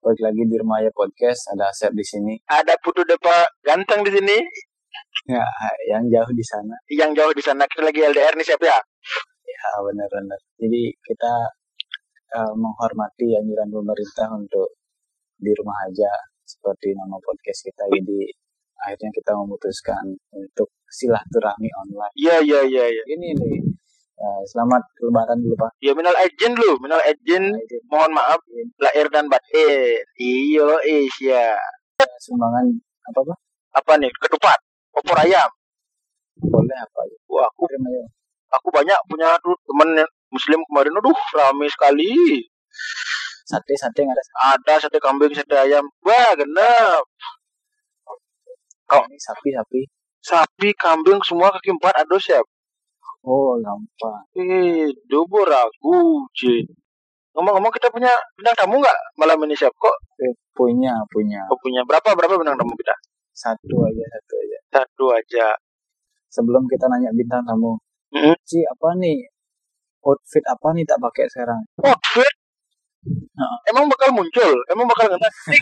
Balik lagi di Remaja Podcast, ada Asep di sini. Ada Putu Depa ganteng di sini. Ya, yang jauh di sana. Yang jauh di sana, kita lagi LDR nih, siap ya? Ya, benar-benar. Jadi kita menghormati anjuran pemerintah untuk di rumah aja, seperti nama podcast kita. Jadi akhirnya kita memutuskan untuk silaturahmi online. Iya. Ini nih, selamat Lebaran dulu Pak. Ya, minal aidin. Mohon maaf lahir dan batin. Iyo, ya. Sumbangan apa Pak? Apa nih? Ketupat, opor ayam. Boleh apa? Wah, aku banyak punya tuh temen Muslim kemarin, aduh ramai sekali. Sate nggak ada? Ada sate kambing, sate ayam. Wah, genap. Kok ini sapi, kambing semua kaki 4 ada siap. Oh, gampang. Dobor aku, Jin. Ngomong-ngomong, kita punya bintang tamu nggak malam ini siap? Kok? Punya. Oh, punya. Berapa bintang tamu kita? Satu aja. Sebelum kita nanya bintang tamu, Ci, apa nih? Outfit apa nih tak pakai sekarang? Outfit? Emang bakal muncul? Emang bakal ngetik?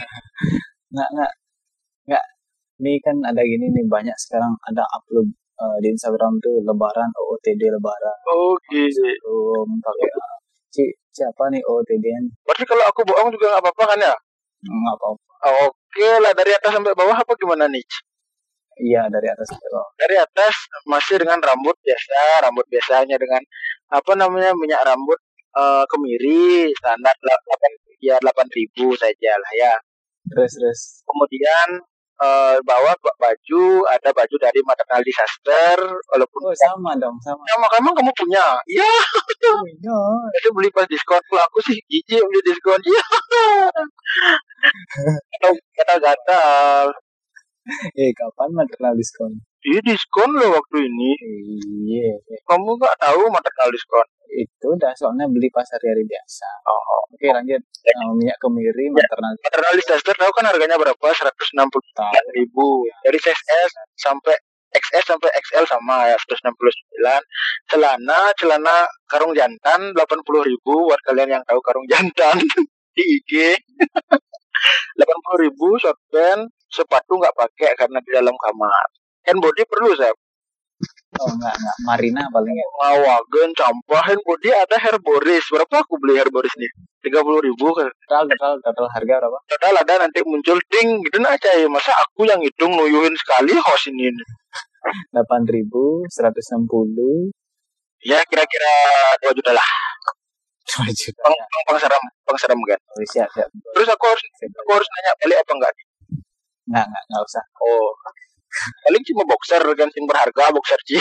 Nggak. Ini kan ada gini nih, banyak sekarang ada upload di Instagram tuh Lebaran, OOTD Lebaran. Oke. Pakai siapa nih OOTD? Berarti kalau aku bohong juga nggak apa-apa kan ya? Nggak apa-apa. Oke lah, dari atas sampai bawah apa gimana nih? Iya, dari atas sampai bawah. Dari atas masih dengan rambut biasanya dengan minyak rambut kemiri standar 8.000 saja lah ya. Terus. Kemudian bawah baju, ada baju dari Maternal Disaster, walaupun sama dong. Emang kamu punya? Iya. Punya. Itu beli pas diskon. Kalau aku sih jijik beli diskon. Iya. Gatal. Kapan Maternal diskon? Iya, diskon loh waktu ini. Iya. Kamu nggak tahu Maternal diskon? Itu udah soalnya beli pas hari-hari biasa. Oke, lanjut. Minyak kemiri Maternal Disaster tahu kan harganya berapa? 160.000. Dari size S sampai XS sampai XL sama ya, 169. Celana karung jantan 80.000 buat kalian yang tahu karung jantan di IG. 80.000 shortband, sepatu nggak pakai karena di dalam kamar. Hand body perlu saya. Oh enggak, Marina paling ya. Wagen campur hand body ada Hair Boris. Berapa aku beli Hair Boris nih? 30.000 kan. Total harga berapa? Total ada nanti muncul ding gitu aja ya. Masa aku yang hitung nuyuhin sekali host ini. 8.160. Ya kira-kira 2 juta lah. 2 juta. Pengseram kan. Oh, siap. Terus aku harus nanya balik apa enggak? Enggak usah. Oh. Paling cuma boxer kan yang berharga, boxer Ci.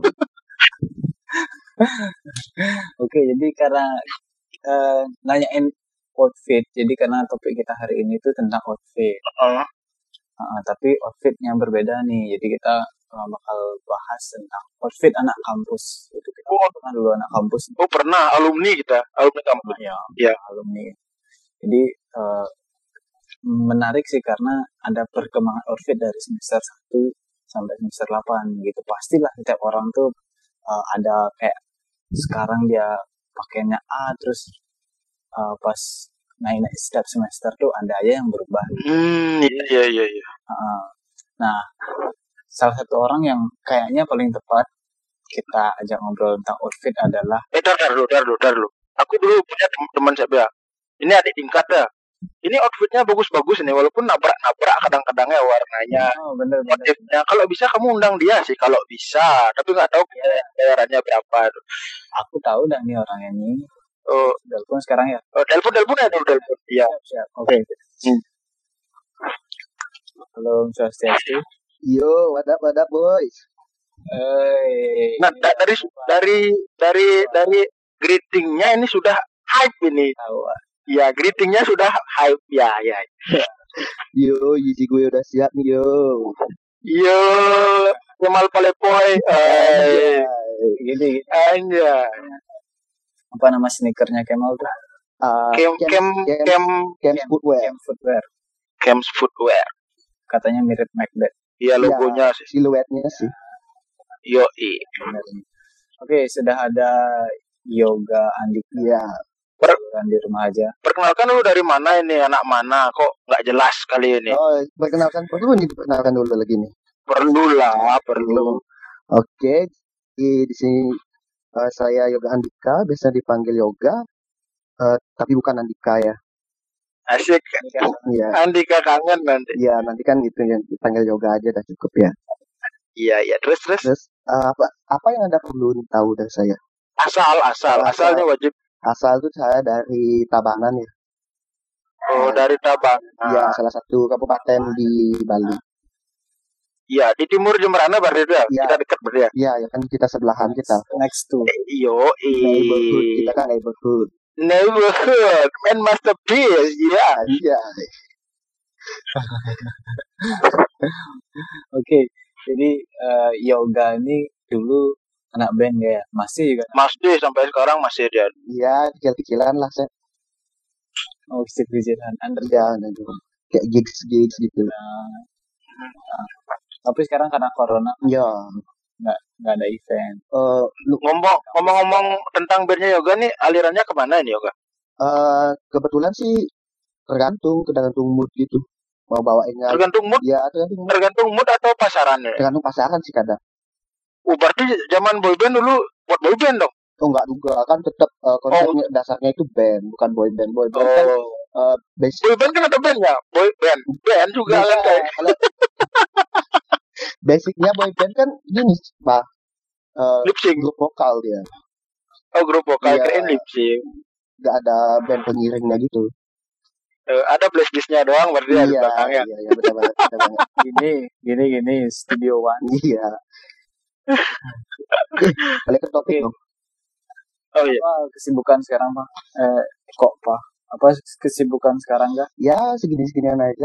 Oke, jadi karena nanyain outfit, jadi karena topik kita hari ini itu tentang outfit. Tapi outfit yang berbeda nih, jadi kita bakal bahas tentang outfit anak kampus. Itu kita pernah dulu anak kampus. Oh pernah, alumni kampus. Ya, alumni. Jadi menarik sih karena ada perkembangan outfit dari semester 1 sampai semester 8 gitu. Pastilah setiap orang tuh ada kayak sekarang dia pakainya A, terus pas naik setiap semester tuh ada aja yang berubah. Iya. Nah, salah satu orang yang kayaknya paling tepat kita ajak ngobrol tentang outfit adalah Tar dulu. Aku dulu punya teman saya. Ini adik tingkat dah. Ini outfitnya bagus-bagus nih, walaupun nabrak kadang-kadangnya warnanya, motifnya. Kalau bisa kamu undang dia sih, kalau bisa. Tapi nggak tahu bayarannya berapa. Aku tahu dah nih orangnya nih. Oh, telepon sekarang ya? Oh, telepon ya dulu telepon. Iya. Siap. Oke. Halo, Swastiastu. Yo, what up boys. Nah, dari greetingnya ini sudah hype ini. Tahu. Ya, greetingnya sudah hype ya. Yo, Yeezy gue udah siap nih yo. Kemal Palepoy. Gini. Aja. Apa nama sneakernya Kemal tuh? Camp Footwear. Katanya mirip Macbeth. Iya, logonya sih. Siluetnya sih. Yoi. Oke, sudah ada Yoga Andika. Iya. kan di rumah aja. Perkenalkan lu dari mana ini, anak mana, kok nggak jelas kali ini. Oh, perkenalkan perlu nih, diperkenalkan dulu lagi nih. Perlu lah, perlu. Oke, di sini saya Yoga Andika, biasa dipanggil Yoga, tapi bukan Andika ya. Asik. Iya, Andika kangen nanti. iya nanti kan gitu ya, dipanggil Yoga aja dah cukup ya. Iya, terus. Terus apa yang Anda perlu tahu dari saya? Asalnya wajib. Asal tuh saya dari Tabanan ya. Oh, dari Tabanan. Iya, salah satu kabupaten di Bali. Iya, di timur Jemberana berarti itu ya. Iya. Kita dekat berarti ya. Iya, ya kan kita sebelahan kita. Next to. Neighborhood, kita kan neighborhood. Neighborhood, man masterpiece, ya. Iya. Oke, jadi Yoga ini dulu anak band ya, masih juga. Masih sampai sekarang masih dia. Iya, kecil-kecilan lah saya. Oh, kecil-kecilan. Iya, kayak gigs gitu. Tapi sekarang karena corona Iya. nggak ada event. Ngomong-ngomong tentang bandnya Yoga nih, alirannya kemana ini Yoga? Kebetulan sih tergantung mood gitu. Mau bawainnya. Tergantung mood? Ya, tergantung mood atau pasarannya? Tergantung pasaran sih kadang. Berarti zaman boyband dulu buat boyband dong? Oh, enggak juga, kan tetap konsepnya dasarnya itu band, bukan boyband. Boyband kan basic. Boyband kan ada bandnya, band juga kan kayak. Basicnya boyband kan gini, Pak. Lip sync. Grup vokal dia. Oh, grup vokal, Iya. keren lip sync. Nggak ada band pengiringnya gitu. Ada blast-blastnya doang berarti ya di belakangnya. Iya, benar banget. Gini, Studio One. Iya. Balik ke topik dong. Oh iya. Apa kesibukan sekarang, Pak? Apa kesibukan sekarang, Kak? Ya, segini-seginian aja.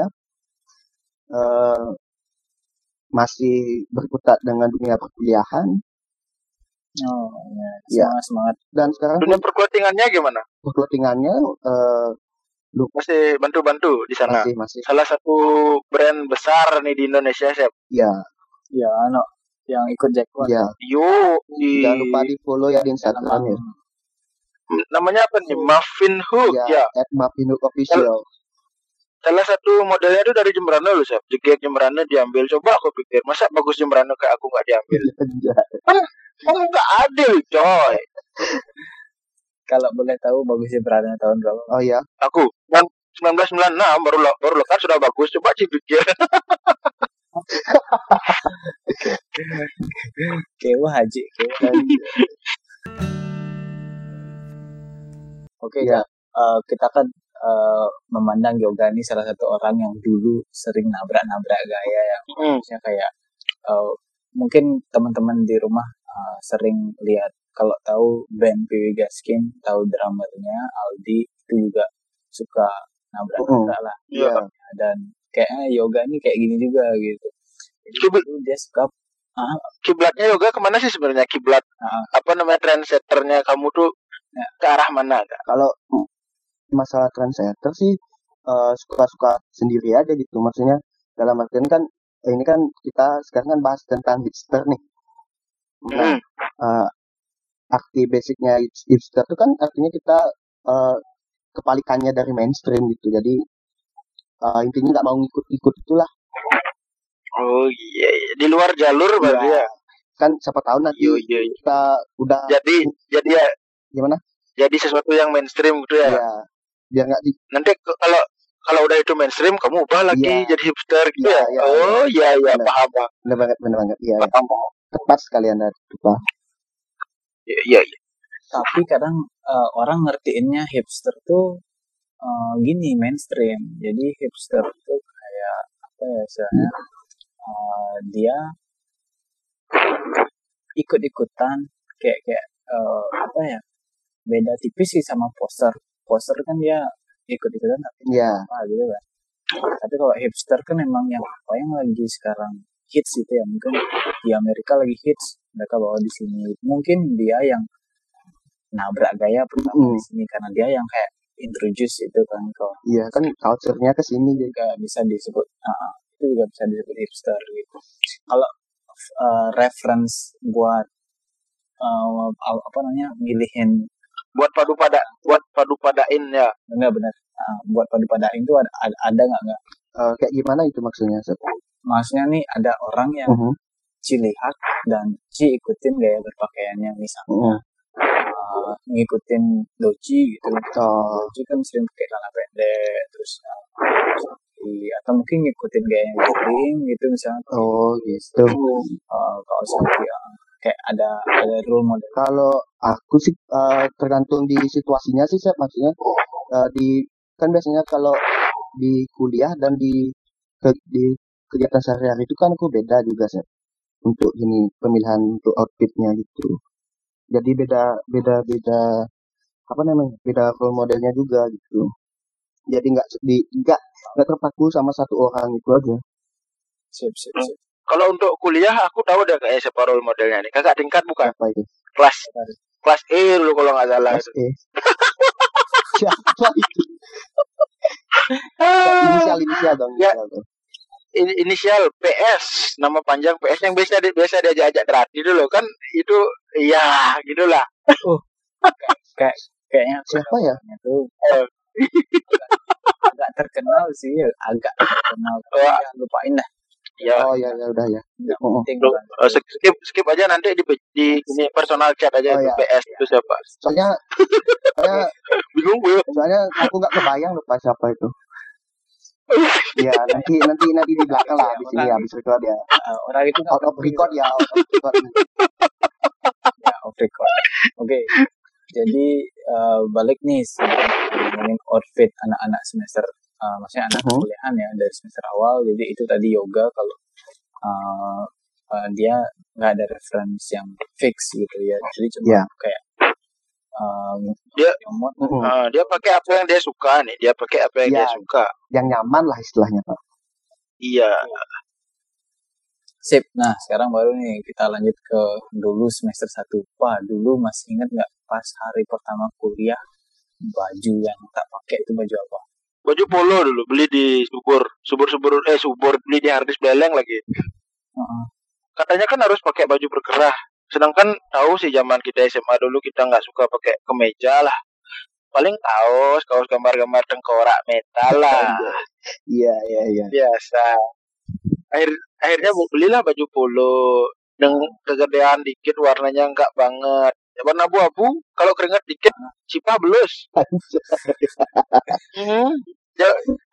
Masih berkutat dengan dunia perkuliahan. Oh, ya. Semangat. Dan sekarang dunia perkuliahannya gimana? Perkuliahannya masih bantu-bantu di sana. Masih. Salah satu brand besar nih di Indonesia, Chef. Iya. Ya, yang ikut jackpot. Iya. Jangan lupa di follow ya di Instagram ya. Namanya apa nih? Muffin Hook ya. @Muffin Hook official. Salah satu modelnya itu dari Jemberana loh, Chef. Jeget Jemberana diambil. Coba aku pikir, masa bagus Jemberana kayak aku nggak diambil? Kan nggak adil, coy. Kalau boleh tahu bagus Jemberana tahun berapa? Oh ya. Aku 1996 baru lekat sudah bagus. Coba sih pikir. Kewa Haji. Oke, ya. Kita kan memandang Yoga ini salah satu orang yang dulu sering nabrak gaya ya. Maksudnya kayak mungkin teman-teman di rumah sering lihat, kalau tahu band PW Gaskin, tahu drummernya Aldi, itu juga suka nabrak lah. Iya. Dan kayaknya Yoga ini kayak gini juga gitu. Jadi dia suka kiblatnya Yoga kemana sih sebenarnya? Kiblat apa namanya, trendsetternya kamu tuh ke arah mana? Kalau masalah trendsetter sih suka-suka sendiri aja gitu. Maksudnya dalam artian kan ini kan kita sekarang kan bahas tentang hipster nih. Nah, arti basicnya hipster itu kan artinya kita kepalikannya dari mainstream gitu. Jadi intinya nggak mau ngikut-ikut itulah. Oh iya, di luar jalur berarti ya. Kan siapa tahu nanti kita udah jadi ya gimana? Jadi sesuatu yang mainstream gitu ya. Iya. Biar nggak nanti kalau udah itu mainstream kamu ubah lagi jadi hipster gitu ya. Oh iya, paham. Benar banget. Iya. Tepat sekali Anda lupa. Iya. Tapi kadang orang ngertiinnya hipster tuh gini, mainstream. Jadi hipster tuh kayak apa ya istilahnya? Dia ikut-ikutan kayak apa ya? Beda tipis sih sama poster. Poster kan dia ikut-ikutan tapi apa gitu kan. Tapi kalau hipster kan memang yang apa yang lagi sekarang hits itu ya, mungkin di Amerika lagi hits, mereka bawa di sini. Mungkin dia yang nabrak gaya pertama di sini karena dia yang kayak introduce itu kan kok. Iya kan culture-nya ke sini juga bisa disebut itu juga bisa disebut hipster gitu. Kalau reference buat apa namanya milihin buat padu padain ya. Benar-benar. Buat padu padain itu ada nggak? Kayak gimana itu maksudnya, Sep? Maksudnya nih ada orang yang Ci lihat dan Ci ikutin gaya berpakaiannya, misalnya ngikutin Doci gitu. Doci kan sering pakai celana pendek, terus atau mungkin ngikutin gaya yang gitu misalnya. Oh gitu. Kalau saya kayak ada role model. Kalau aku sih tergantung di situasinya sih, Sep. Maksudnya kan biasanya kalau di kuliah dan di kegiatan sehari-hari itu kan aku beda juga, Sep. Untuk ini pemilihan untuk outfitnya gitu. Jadi beda apa namanya? Beda role modelnya juga gitu. Jadi nggak terpaku sama satu orang itu aja. Sip. Kalau untuk kuliah aku tahu deh kayak siapa role modelnya nih. Kakak tingkat bukan? Apa itu? Kelas E dulu kalau nggak salah. Kelas E. Siapa itu? Inisial dong. Inisial PS, nama panjang PS yang biasa diajak terakhir dulu kan itu ya gitulah. Kayaknya siapa ya? Itu agak terkenal sih, agak terkenal. Lupain dah. Ya. Oh ya udah ya. Skip aja nanti di ini personal chat aja itu PS itu siapa. Soalnya bingung gue. Soalnya aku nggak kebayang lupa siapa itu. Ya nanti di belakang lah di sini habis record ya. Orang itu out of record ya. Off record. Oke. Jadi balik nih ngomongin outfit anak-anak semester maksudnya anak kuliahan ya dari semester awal. Jadi itu tadi yoga kalau dia nggak ada reference yang fix gitu ya. Jadi cuma kayak dia pakai apa yang dia suka nih. Dia pakai apa yang dia suka. Yang nyaman lah istilahnya, Pak. Iya. Sip. Nah, sekarang baru nih kita lanjut ke dulu semester 1. Pak, dulu masih ingat nggak pas hari pertama kuliah baju yang tak pakai itu baju apa? Baju polo dulu, beli di subur beli di Hardis Beleng lagi. Katanya kan harus pakai baju berkerah. Sedangkan tahu sih zaman kita SMA dulu kita nggak suka pakai kemeja lah. Paling kaos gambar-gambar tengkorak metal lah. Iya. Biasa. Akhirnya belilah baju polo dengan kegedean dikit, warnanya enggak banget. Warna abu-abu, kalau keringat dikit sipah belus. Ya,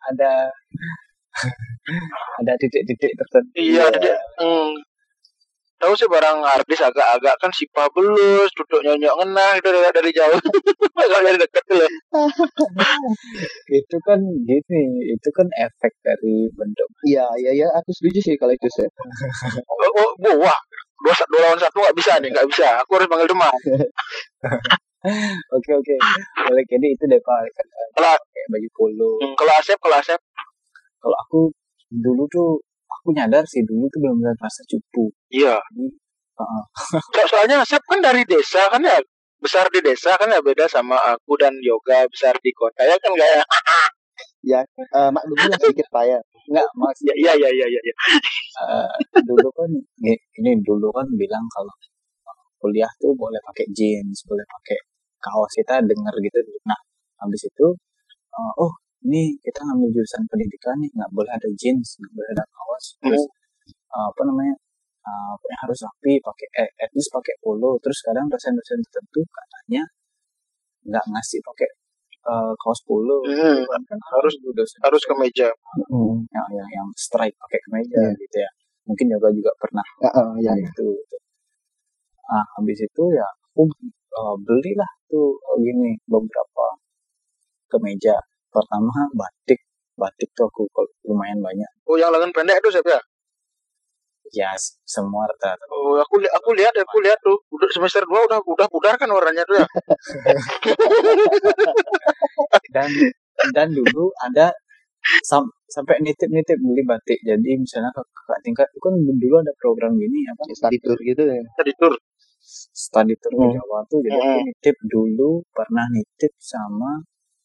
ada titik-titik tertentu. Iya, tahu sih barang artis agak-agak kan sipah belus, duduk nyonyok ngenah itu dari jauh. Kalau dari dekat loh. Itu kan gini, itu kan efek dari bentuk. Iya, aku setuju sih kalau itu sih. Wah, 2 lawan 1 nggak bisa. Aku harus panggil teman. Oke. Boleh, jadi itu deh Pak. Kalau kayak baju polo. Kalau Asep. Kalau aku dulu tuh aku nyadar sih dulu tuh benar-benar rasa cupu. Iya. Soalnya Asep kan dari desa kan ya, besar di desa kan ya, beda sama aku dan Yoga besar di kota ya kan nggak ya? Ya, maklumnya sedikit Pak ya. Enggak, maksudnya. Iya. Dulu kan bilang kalau kuliah tuh boleh pakai jeans, boleh pakai kaos, kita dengar gitu. Nah, habis itu ini kita ngambil jurusan pendidikan nih, nggak boleh ada jeans, nggak boleh ada kaos, terus harus rapi, pakai at least pakai polo. Terus kadang dosen-dosen tertentu katanya nggak ngasih pakai kaos polo, kan harus kemeja. Yang strike pakai kemeja gitu ya. Mungkin juga pernah gitu. Nah, habis itu ya aku belilah tuh gini beberapa kemeja. Pertama batik tuh aku lumayan banyak. Oh, yang lengan pendek itu siapa ya? Ya, semua rata. Oh, aku lihat tuh. Udah semester 2 udah pudar kan warnanya tuh ya. dan dulu ada sampai nitip beli batik. Jadi misalnya kakak tingkat itu kan dulu ada program gini apa? Study tour gitu ya. Study tour ke Jawa tuh. Jadi aku pernah nitip sama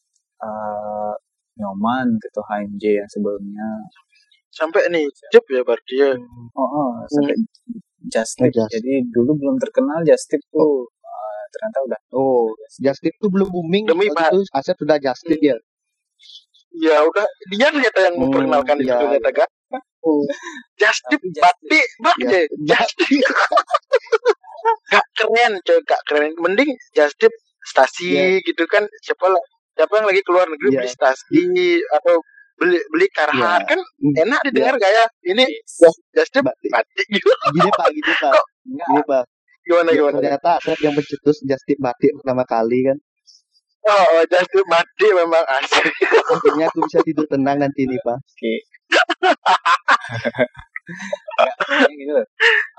Nyoman gitu, HMJ yang sebelumnya. Sampai nih Jep ya berarti ya. Sampai Just Tip. Jadi dulu belum terkenal Just Tip tuh. ternyata udah. Oh, just tip tuh belum booming. Demi Waktu itu Asep sudah just tip ya. Ya udah, dia ternyata yang memperkenalkan itu iya, ternyata kan. Oh, Just tip Tapi just batik, Just Tip. just tip. Gak keren coy, gak keren. Mending just tip stasi gitu kan. Siapa yang lagi keluar negeri beli stasi atau beli Carhartt kan enak didengar kayak ini just tip batik gitu. Gini Pak. enggak. Gini Pak. Gimana? Ternyata Asep yang pencetus just tip batik pertama kali kan. Oh, just tip batik memang asli. Akhirnya aku bisa tidur tenang nanti nih Pak. Oke. Enggak, gitu loh.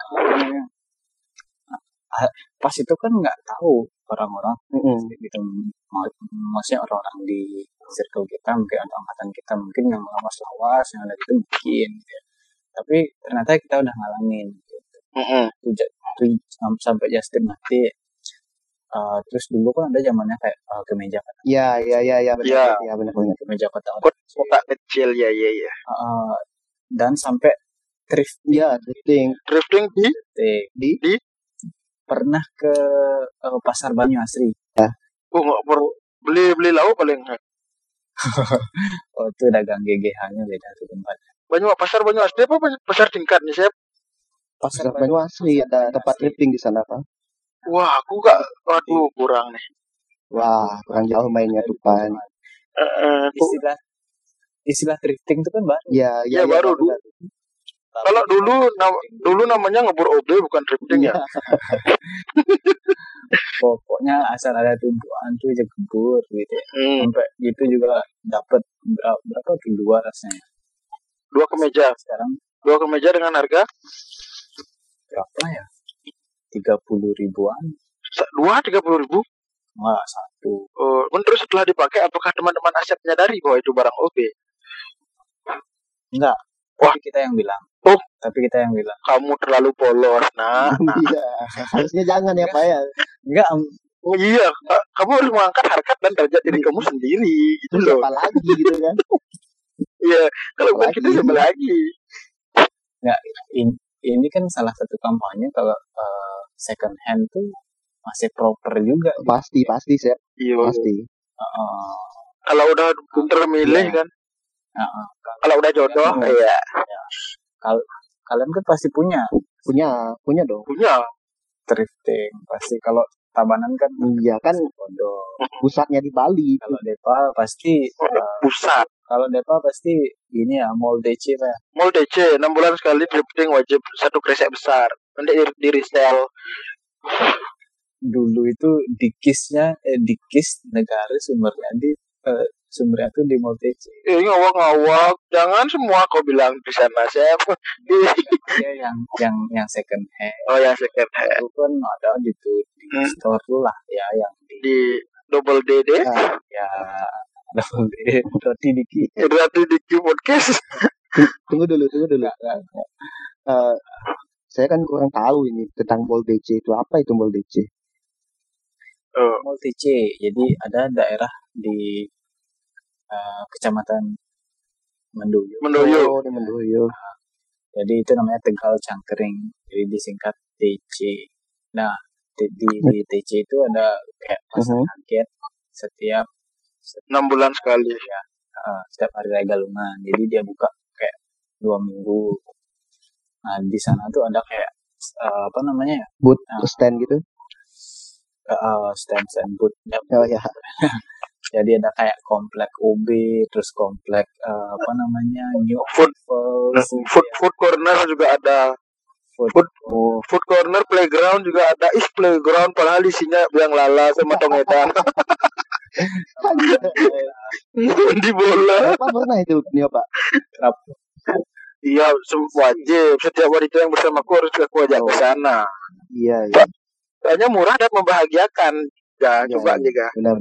Pas itu kan nggak tahu orang-orang gitu, maksudnya orang-orang di circle kita, mungkin ada angkatan kita, mungkin yang lawas-lawas yang ada itu mungkin gitu. Tapi ternyata kita udah ngalamin gitu. Sampai just tip mati. Terus dulu kan ada zamannya kayak kemeja kan. Iya benar. Kemeja kotak kecil ya. Dan sampai thrifting. Iya, thrifting di pernah ke pasar Banyu Asri. Oh, nggak perlu beli lauk paling. Oh, itu dagang GGH-nya beda tuh tempatnya. Pasar Banyu Asri apa pasar tingkat nih, Sep? Pasar Banyu Asri ada tempat thrifting di sana, Pak. Wah, aku nggak, waduh kurang nih. Wah, kurang jauh mainnya tuh, Pak. Istilah thrifting itu kan baru. Iya, baru. Kalau dulu namanya ngebur OB bukan thrifting ya. Pokoknya asal ada tumpuan tuh aja gebur gitu ya. Sampai gitu juga dapat berapa tuh 2 rasanya. 2 kemeja. Sekarang 2 kemeja dengan harga berapa ya? 30 ribuan. 30 ribu? Enggak, 1. Terus setelah dipakai, apakah teman-teman Asep menyadari bahwa itu barang OB? Enggak. Tapi kita yang bilang. Kamu terlalu polos. Nah. Iya. Harusnya jangan ya, Pak ya. Enggak. Oh iya, kamu harus mengangkat harkat dan derajat diri kamu sendiri gitu loh. Apa lagi gitu kan? Iya, kalau bukan kita siapa lagi? Enggak, ini kan salah satu kampanye kalau second hand tuh masih proper juga. Pasti sih. Iya. Pasti. Kalau udah pinter milih kan. Kalau udah jodoh, iya. Kalian kan pasti punya dong. Punya. Thrifting pasti. Kalau Tabanan kan. Iya kan. Pusatnya di Bali. Kalau Depal pasti. Pusat. Kalau Depal pasti ini ya, Mall DC Pak. Mall DC 6 bulan sekali thrifting wajib 1 kresek besar. Nanti di resell. Dulu itu Dikis negara sumbernya tuh di Mall DC. Ngawak. Jangan semua kau bilang di sana, Chef. Iya, yang second hand. Oh, yang second hand. Itu kan ada di store tuh lah ya, yang di Double D deh. Ya, Double D. Roti Diki podcast. Tunggu dulu. Saya kan kurang tahu ini tentang Mall DC itu. Apa itu Mall DC? Mall DC. Jadi ada daerah di Kecamatan Mendoyo. Di Mendoyo. Jadi itu namanya Tegal Cangkering. Jadi disingkat TC. Nah, di TC itu ada kayak pasar kaget setiap 6 bulan sekali ya. Setiap hari raya Galungan. Jadi dia buka kayak 2 minggu. Nah, di sana tuh ada kayak apa namanya ya? Booth stand gitu. Stand booth. Oh ya. Jadi ada kayak komplek OB, terus komplek apa namanya, New food corner juga ada. Food corner, playground juga ada. Playground padahal isinya biang lala sama tongedang. Di bola. Apa pernah itu nih Pak? Iya, wajib. Setiap wanita yang bersamaku harus aku ajak ke sana. Iya. Soalnya murah dan membahagiakan. Ya, coba juga. Benar.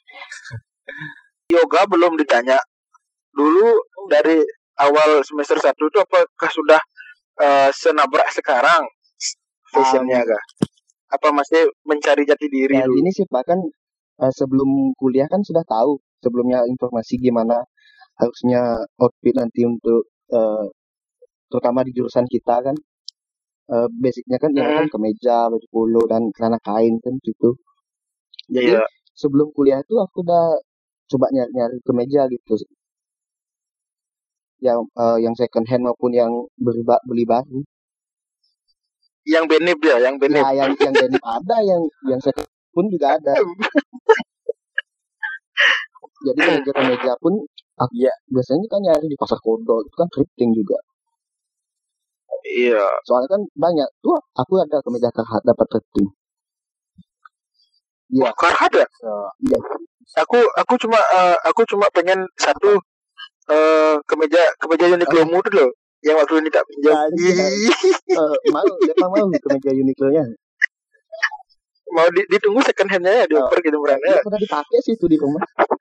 Yoga belum ditanya. Dulu dari awal semester 1 itu apakah sudah senabrak sekarang fashionnya kah? Apa masih mencari jati diri dulu? Ini sih Pak kan sebelum kuliah kan sudah tahu sebelumnya informasi gimana harusnya outfit nanti untuk terutama di jurusan kita kan basicnya kan ya kan kemeja, baju polo dan celana kain kan gitu. Jadi sebelum kuliah itu aku udah coba nyari kemeja gitu, yang second hand maupun yang beli baru. Yang benip ya, yang benip. Ya, yang benip ada, yang second pun juga ada. Jadi kemeja pun biasanya kan nyari di pasar kodok, itu kan thrifting juga. Iya. Soalnya kan banyak tuh, aku ada kemeja Carhartt dapat thrifting. Iya. Carhartt ya? Iya. Aku cuma pengen satu kemeja Uniqlo mu tuh loh, yang waktu ini tak pinjam. Mau kemeja Uniqlo-nya. Mau ditunggu second hand-nya ya, dioper gitu murahnya. Udah dipakai sih itu di rumah.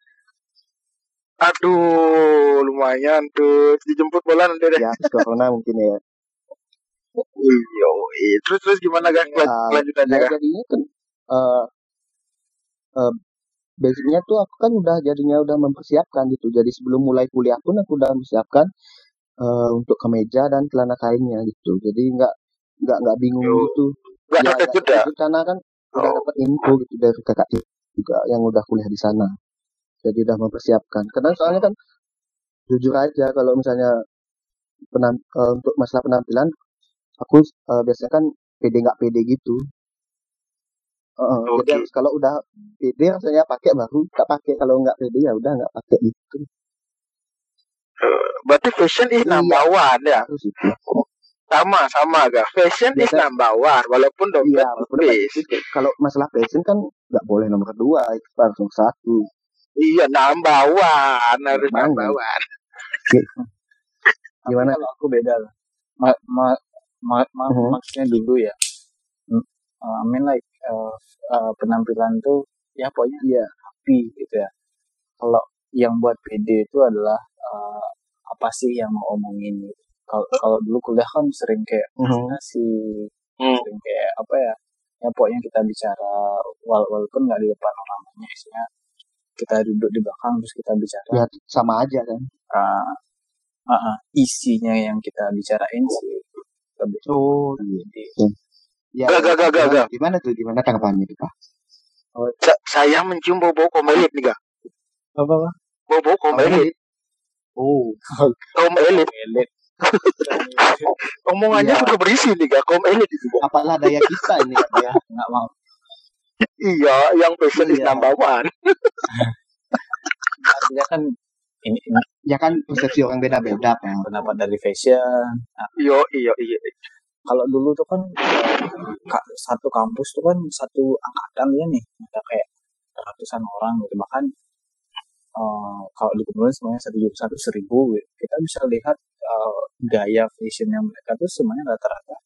Aduh, lumayan tuh. Dijemput bola nanti deh. Ya, corona mungkin ya. Terus gimana guys kelanjutannya? Ya, jadinya kan basicnya tuh aku kan udah mempersiapkan gitu. Jadi sebelum mulai kuliah pun aku udah mempersiapkan untuk kemeja dan celana kainnya gitu. Jadi nggak bingung gitu. Nggak terkejut ya? Karena kan udah dapat info gitu dari kakak juga yang udah kuliah di sana. Jadi udah mempersiapkan. Karena soalnya kan jujur aja kalau misalnya untuk masalah penampilan aku biasanya kan nggak pede gitu. Jadi kalau udah pede rasanya pakai baru tak pakai, kalau nggak pede ya udah nggak pakai gitu. Berarti fashion is number one ya? Sama gak? Fashion is number one walaupun dompet kalau masalah fashion kan nggak boleh nomor 2, itu harus nomor 1. Iya, number one, harus number one. Gimana? Kalau aku beda lah. Maksudnya dulu ya. I mean like penampilan tuh ya pokoknya happy gitu ya. Kalau yang buat pede itu adalah apa sih yang mau omongin gitu. Kalau dulu kuliah kan sering kayak sering kayak apa ya pokoknya kita bicara walaupun nggak di depan orang banyak, isinya kita duduk di belakang terus kita bicara ya sama aja kan. Isinya yang kita bicarain sih lebih gitu. Ya, gak. Gimana tanggapannya itu, Pak? Saya mencium bau-bau komelit nih, Kak. Apa? Bau-bau komelit. Komelit. Omongannya sudah berisi nih, Kak. Komelit itu. Apalah daya kita ini, ya. Nggak mau. Iya, yang fashion is number one. Artinya kan ini ya kan persepsi orang beda-beda, Pak. Pendapat dari fashion. Iya. Kalau dulu tuh kan satu kampus tuh kan satu angkatan ya nih, ada kayak ratusan orang gitu, bahkan kalau dikumpulin semuanya 1.000 gitu. Kita bisa lihat gaya fashion yang mereka tuh semuanya rata-rata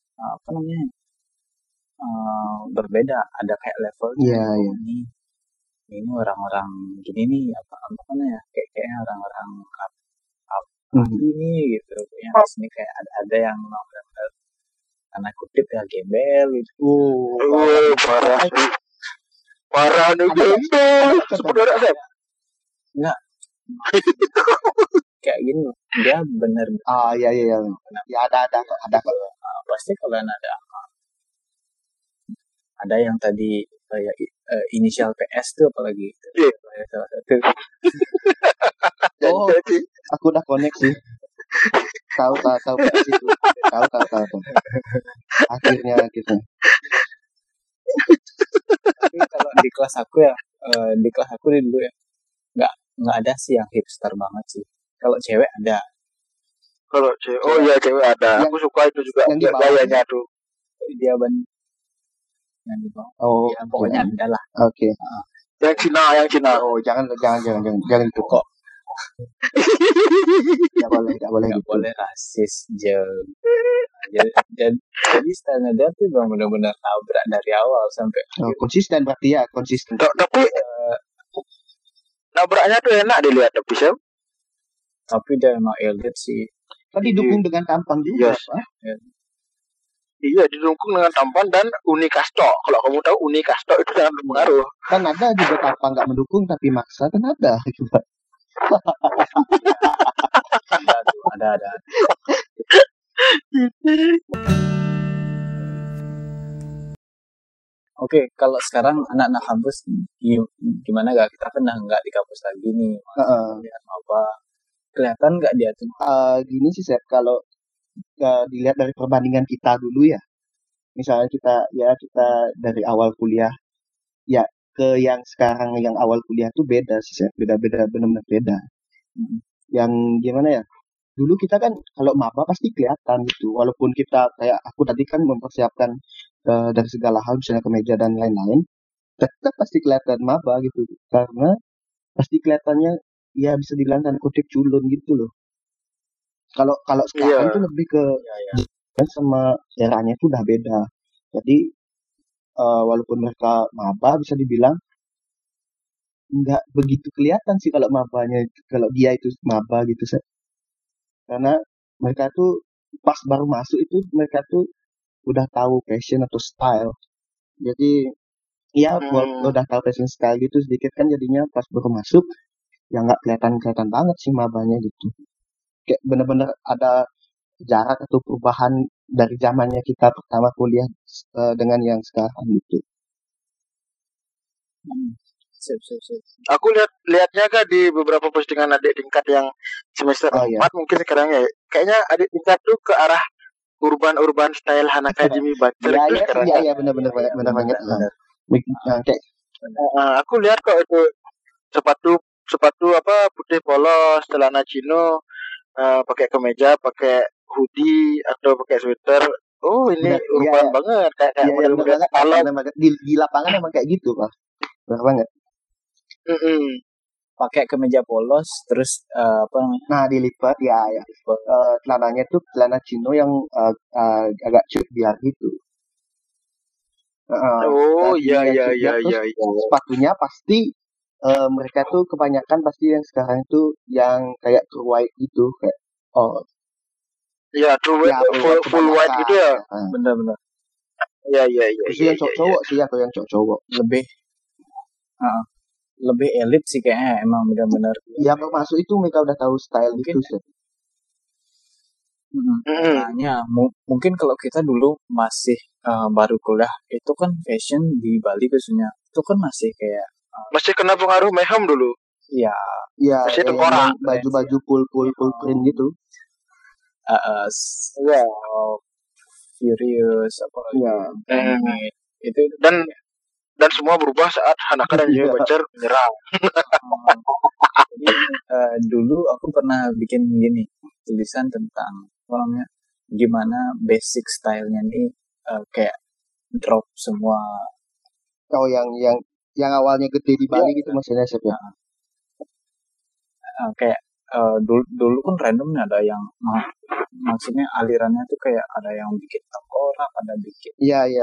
berbeda, ada kayak levelnya. Ini orang-orang gini nih apa namanya ya, kayaknya orang-orang ini gitu, yang di sini kayak ada yang benar-benar tanda kutip ya gembel gitu. Parah nih gembel. Sebenarnya ada. Enggak. Kayak gini loh. Dia benar. Iya. Ya ada kok. Pasti kalian ada yang tadi kayak inisial PS tuh apalagi. Salah satu. Aku udah connect sih. Tahu PS itu. Tahu. Akhirnya. Tapi kalau di kelas aku dulu ya nggak ada sih yang hipster banget sih. Kalau cewek ada. Cewek ada. Aku suka itu juga gayanya tuh. Dia yang di bawah. Ya, pokoknya ada lah. Oke. Yang Cina. Oh, jangan itu kok. Gak boleh gitu. Boleh rasis jadi stylenya dia tuh bang benar-benar nabrak dari awal sampai konsisten berarti ya, konsisten. Tapi nabraknya tuh enak dilihat tapi dia emang elit sih. Tadi didukung dengan tampan juga. Iya, didukung dengan tampan dan Unicasto. Kalau kamu tahu Unicasto itu sangat berpengaruh. Kan ada juga tampan nggak mendukung tapi maksa, kan ada juga. ada. Oke, kalau sekarang anak-anak kampus gimana gak? Kita kan nggak di kampus lagi nih, lihat apa kelihatan nggak dia tuh? Gini sih Seth, kalau dilihat dari perbandingan kita dulu ya, misalnya kita dari awal kuliah ya ke yang sekarang yang awal kuliah tuh beda sih Seth, beda-beda benar-benar beda. Yang gimana ya? Dulu kita kan kalau maba pasti kelihatan gitu, walaupun kita kayak aku tadi kan mempersiapkan dari segala hal misalnya kemeja dan lain-lain, tetap pasti kelihatan maba gitu karena pasti kelihatannya ya bisa dibilang tanda kutip culun gitu loh. Kalau kalau sekarang Iya. tuh lebih ke kan sama eranya tuh udah beda. Jadi walaupun mereka maba bisa dibilang nggak begitu kelihatan sih kalau mabanya kalau dia itu maba gitu Seth. Karena mereka tuh pas baru masuk itu mereka tuh udah tahu passion atau style. Jadi ya udah tahu passion style gitu sedikit kan jadinya pas baru masuk ya nggak kelihatan banget sih mabanya gitu. Kayak bener-bener ada jarak atau perubahan dari zamannya kita pertama kuliah dengan yang sekarang gitu. Sip. Aku lihatnya kan di beberapa postingan adik tingkat yang semester 4 mungkin sekarang ya. Kayaknya adik tingkat tuh ke arah urban style Hanaka Jimmy Butler itu sekarang. Iya benar-benar banget. Kayak aku lihat kok itu sepatu apa putih polos, celana chino, pakai kemeja, pakai hoodie atau pakai sweater. Oh ini urban banget kayak model-model kalau di lapangan emang kayak gitu Pak. Benar banget. Pakai kemeja polos terus apa namanya? Nah dilipat ya. Celananya tuh celana chino yang agak cut biar gitu. Oh iya. Sepatunya pasti mereka tuh kebanyakan pasti yang sekarang tuh yang kayak true white gitu kayak ya true white full white gitu ya. Bener. Iya. Yang cowok sih atau yang cowok lebih elit sih kayaknya emang benar-benar. Ya masuk itu mereka udah tahu style gitu sih. Makanya mungkin kalau kita dulu masih baru kuliah itu kan fashion di Bali khususnya itu kan masih kayak masih kena pengaruh Mayhem dulu. Iya. Masih tengkorak. Baju-baju full print gitu. Furious apa itu dan semua berubah saat Hanaka dan Jimmy Butler menyerang. Jadi dulu aku pernah bikin gini tulisan tentang gimana basic stylenya nih kayak drop semua. Yang awalnya gede di Bali gitu maksudnya Sep ya. Kayak dulu kan random ada yang maksudnya alirannya tuh kayak ada yang bikin tengkorak, ada bikin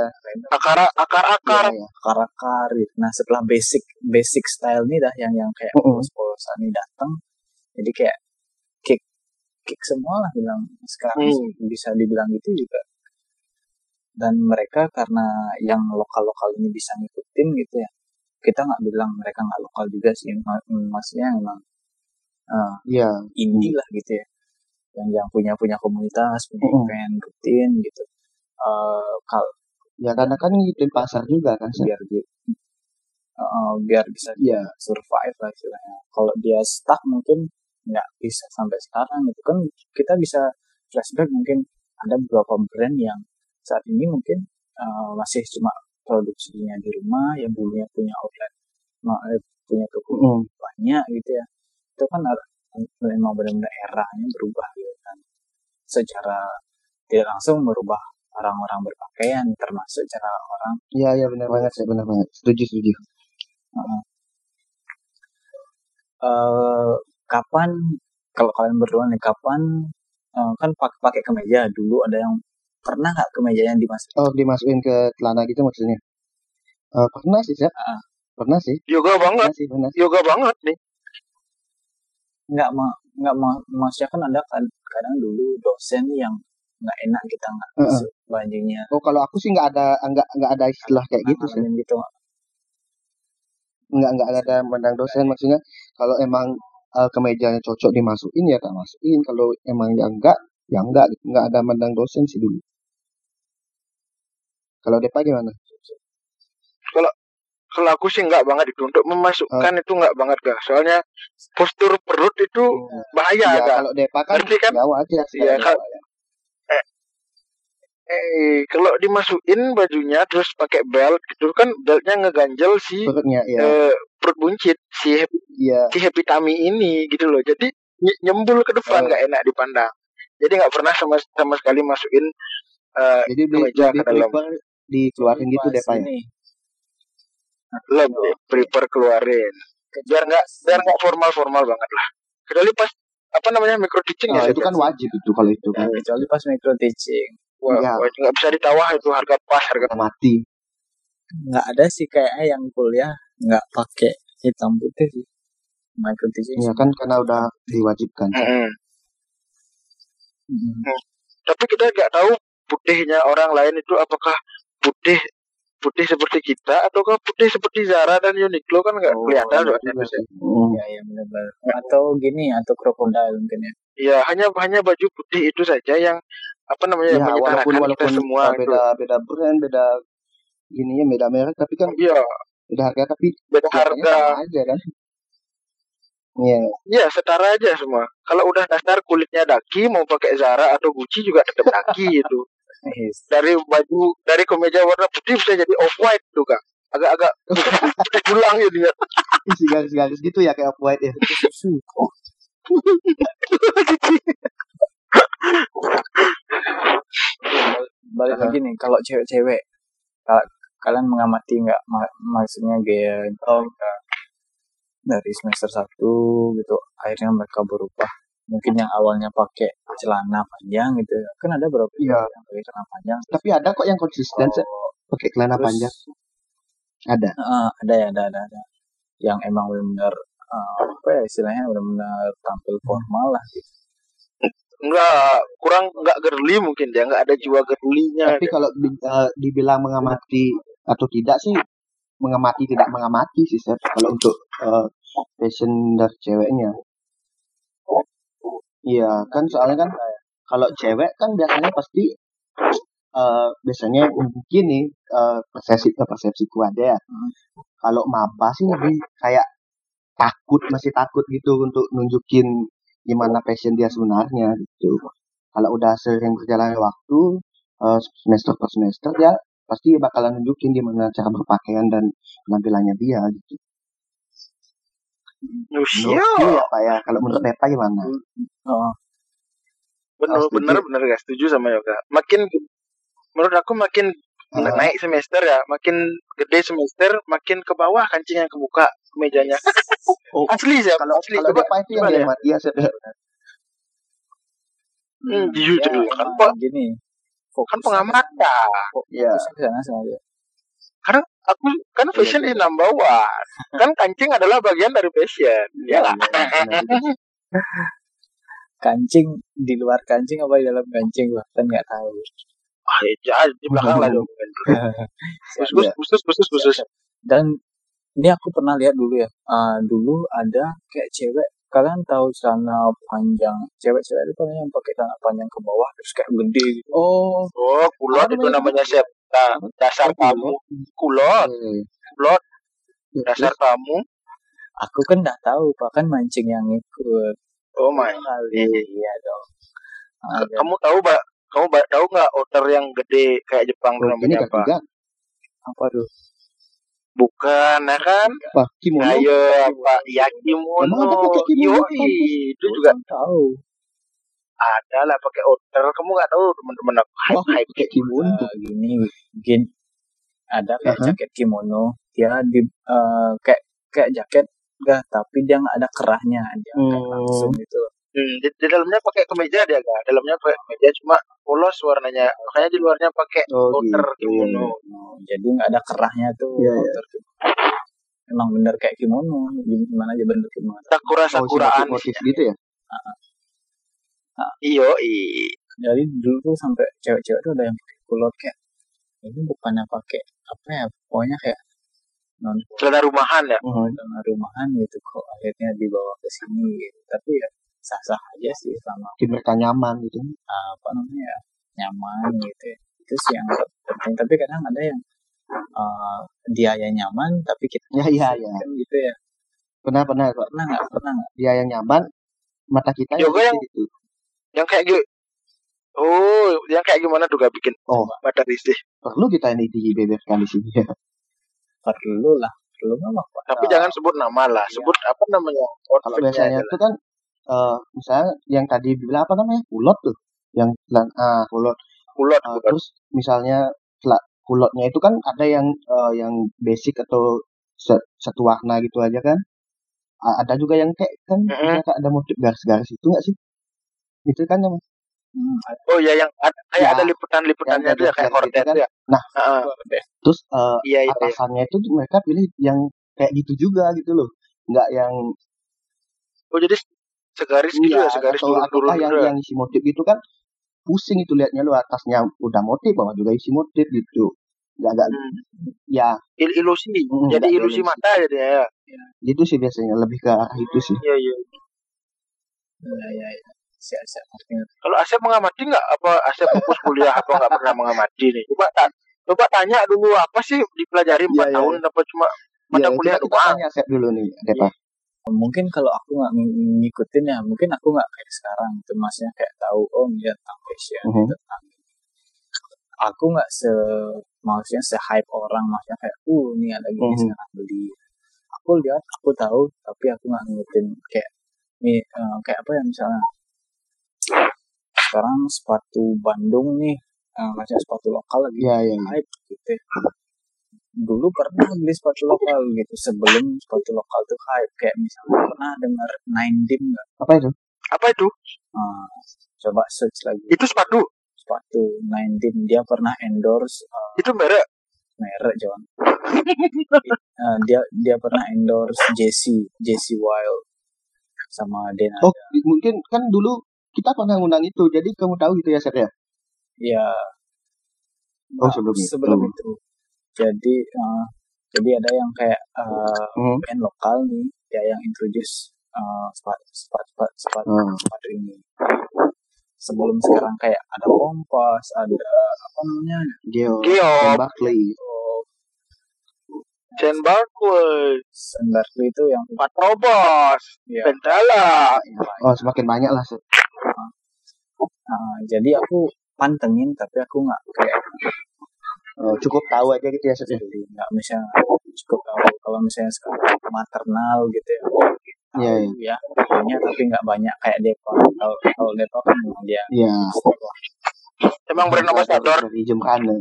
akar gitu. Nah setelah basic style nih dah yang kayak polos-polosan ini datang, jadi kayak kick semua lah bilang sekarang bisa dibilang gitu juga. Dan mereka karena yang lokal ini bisa ngikutin gitu ya, kita nggak bilang mereka nggak lokal juga sih, maksudnya emang indie lah gitu ya, yang punya komunitas, punya event rutin gitu. Karena kan ngikutin pasar juga kan biar bisa survive lah istilahnya. Kalau dia stuck mungkin nggak bisa sampai sekarang gitu kan. Kita bisa flashback mungkin ada beberapa brand yang saat ini mungkin masih cuma produksinya di rumah, yang dulunya punya outlet, punya toko banyak gitu ya. Itu kan memang benar-benar eranya berubah gitu kan, secara tidak langsung merubah orang-orang berpakaian, termasuk cara orang. Iya benar banget, setuju. Kapan kalau kalian berdua nih kan pakai kemeja dulu, ada yang pernah nggak kemejanya dimasukin ke celana gitu maksudnya? Pernah sih Seth. Pernah sih. Yoga banget nih. Nggak maksudnya kan ada kadang dulu dosen yang nggak enak kita nggak masuk bajunya. Kalau aku sih nggak ada istilah kayak gitu sih. Gitu. Nggak ada mandang dosen, maksudnya kalau emang kemejanya cocok dimasukin ya tak masukin, kalau emang ya enggak gitu. Nggak ada mandang dosen sih dulu. Kalau Depa gimana? Kalau aku sih nggak banget itu untuk memasukkan itu nggak banget gak. Soalnya postur perut itu bahaya ya, gak. kalau Depa kan Ngerti kan? ya wajar sih. Iya, kalau dimasukin bajunya terus pakai belt gitu kan, beltnya ngeganjel si perutnya ya. perut buncit si Happy Tummy ini gitu loh. Jadi nyembul ke depan, nggak enak dipandang. Jadi nggak pernah sama sekali masukin jadi kemeja ke dalam. Dikeluarin gitu Depa ya. Lebih prefer keluarin biar nggak formal banget lah. Kecuali pas micro teaching ya. Itu kan wajib itu kalau itu kan. Kecuali pas micro teaching. Wah, nggak bisa ditawar itu, harga mati. Nggak ada sih kayak yang kuliah nggak pakai hitam putih sih micro teaching. Ya kan karena udah diwajibkan. Tapi kita nggak tahu putihnya orang lain itu apakah putih seperti kita ataukah putih seperti Zara dan Uniqlo, kan nggak kelihatan ya benar. Atau gini, atau crocodile mungkin ya. Iya, hanya baju putih itu saja yang ya, walaupun kita semua beda brand, beda gini ya, beda merek, tapi kan beda harga, tapi beda harga aja kan. Iya, setara aja semua. Kalau udah dasar kulitnya daki, mau pakai Zara atau Gucci juga tetap daki itu. Dari kemeja warna putih bisa jadi off white tuh Kak. Agak putih tulang gitu ya. Isi garis-garis gitu ya kayak off white ya. Balik lagi nih, kalau cewek-cewek, kalian mengamati nggak, maksudnya gaya mereka dari semester 1 gitu, akhirnya mereka berubah. Mungkin yang awalnya pakai celana panjang gitu, kan ada beberapa yang pakai celana panjang. Tapi ada kok yang konsisten pakai celana panjang. Ada. Ada. Yang emang benar-benar istilahnya benar-benar tampil formal lah gitu. Nggak girly mungkin dia, nggak ada jiwa girly-nya. Tapi kalau dibilang mengamati atau tidak sih, tidak mengamati sih Seth, kalau untuk fashion dari ceweknya. Iya kan, soalnya kan kalau cewek kan biasanya pasti biasanya mungkin nih persepsiku ada ya. Kalau maba sih lebih kayak masih takut gitu untuk nunjukin gimana fashion dia sebenarnya gitu. Kalau udah sering berjalan waktu, semester per semester, dia pasti bakalan nunjukin gimana cara berpakaian dan penampilannya dia gitu. Ya Pak ya, kalau menurut Depa gimana? Bener guys, setuju sama Yoga. Menurut aku makin naik semester ya, makin gede semester, makin ke bawah kancing yang kebuka mejanya. Asli ya, kalau Depa itu yang diamati ya. Jujur kan Pak. Gini, kan pengamat ya. Karena aku kan fashion is number one. Kan kancing adalah bagian dari fashion. Ya lah. Kancing di luar kancing apa di dalam kancing bahkan nggak tahu. Di belakang lah dong. Khusus. Dan ini aku pernah lihat dulu ya. Dulu ada kayak cewek, kalian tahu celana panjang cewek-cewek itu kan yang pakai celana panjang ke bawah terus kayak gede gitu. Kulot itu namanya dasar kamu. Kulot. Dasar kamu. Aku kan nggak tahu, bahkan mancing yang ikut. Iya dong. Kamu tahu nggak outer yang gede kayak Jepang namanya apa? Apa tuh? Bukan, ya kan? Kimono. Ayo, kimono. Itu juga tahu. Ada lah pakai outer. Kamu nggak tahu teman-teman aku pakai kimono. Gini, ada kayak jaket kimono. Dia di kayak jaket enggak, tapi dia nggak ada kerahnya, dia kayak langsung gitu. Di dalamnya pakai kemeja dia enggak. Dalamnya pakai kemeja cuma polos warnanya. Makanya di luarnya pakai outer kimono. Jadi nggak ada kerahnya tuh. Outer emang bener kayak kimono. Gimana aja bener kimono. Sakuraan motif gitu ya. Iyo. Jadi dulu tuh sampai cewek-cewek tuh ada yang pakai kulot kayak ini bukannya pakai apa ya, pokoknya kayak celana rumahan ya. Celana rumahan gitu, kok akhirnya dibawa ke sini gitu. Tapi ya sah-sah aja sih sama mereka nyaman gitu. Nyaman gitu ya. Itu sih yang penting. Tapi kadang ada yang dia yang nyaman tapi kita ya kan gitu ya. Pernah Pernah nggak? dia yang nyaman, mata kita yang Yoga gitu. Yang kayak gitu. Yang kayak gimana tuh gak bikin mata risih? Perlu kita ini dibeberkan di sini ya. Perlu nggak apa. Tapi jangan sebut nama lah, sebut apa namanya. Kalau biasanya itu kan misalnya yang tadi bilang apa namanya, kulot tuh, yang kulot. Terus misalnya kulotnya itu kan ada yang basic atau satu warna gitu aja kan. Ada juga yang kayak kan misalnya ada motif garis-garis itu nggak sih? Itu kan namanya. Oh ya, yang kayak ada liputan-liputannya itu ya, kayak korden kan? Ya. Nah, terus atasannya itu mereka pilih yang kayak gitu juga gitu loh, nggak yang jadi segaris gitu ya, segaris turun-turun yang isi motif gitu kan pusing itu liatnya lo, atasnya udah motif, bawah juga isi motif gitu, nggak ya ilusi, jadi ilusi mata jadi ya. Gitu sih biasanya, lebih ke arah itu sih. Iya. Siap. Kalau Asep mengamati nggak, apa Asep fokus kuliah apa nggak pernah mengamati nih? Coba tanya dulu, apa sih dipelajari 4 tahun apa cuma mata kuliah doang? Tanya Asep dulu nih, Depa. Mungkin kalau aku nggak ngikutin ya, mungkin aku nggak kayak sekarang gitu, maksudnya kayak tahu tentang fashion, tentang aku nggak maksudnya hype orang, maksudnya kayak ini ada gini sekarang beli. Aku lihat, aku tahu, tapi aku nggak ngikutin kayak kayak apa ya, misalnya sekarang sepatu Bandung nih, macam sepatu lokal lagi hype gitu. Dulu pernah beli sepatu lokal gitu sebelum sepatu lokal tuh hype, kayak misalnya pernah dengar Nine Dim nggak? Apa itu? Coba search lagi. Itu sepatu Nine Dim, dia pernah endorse. Itu merek John. Dia pernah endorse Jesse Wild sama Denada. Mungkin kan dulu kita pernah ngundang itu, jadi kamu tahu gitu ya, Seth ya? Iya. Sebelum itu. Jadi ada yang kayak band lokal nih, dia yang introduce sepatu ini. Sebelum sekarang kayak ada Kompas, ada apa namanya? Geo. Jen Barkley itu yang Patrobos, Pentala. Semakin banyak lah. Jadi aku pantengin, tapi aku nggak kayak cukup tahu aja gitu ya, jadi nggak misalnya cukup tahu kalau misalnya sekarang maternal gitu ya. Ya, punya tapi nggak banyak kayak Depa. Kalau Depa kan memang dia. Iya. Emang brand ambassador dari Jemkana.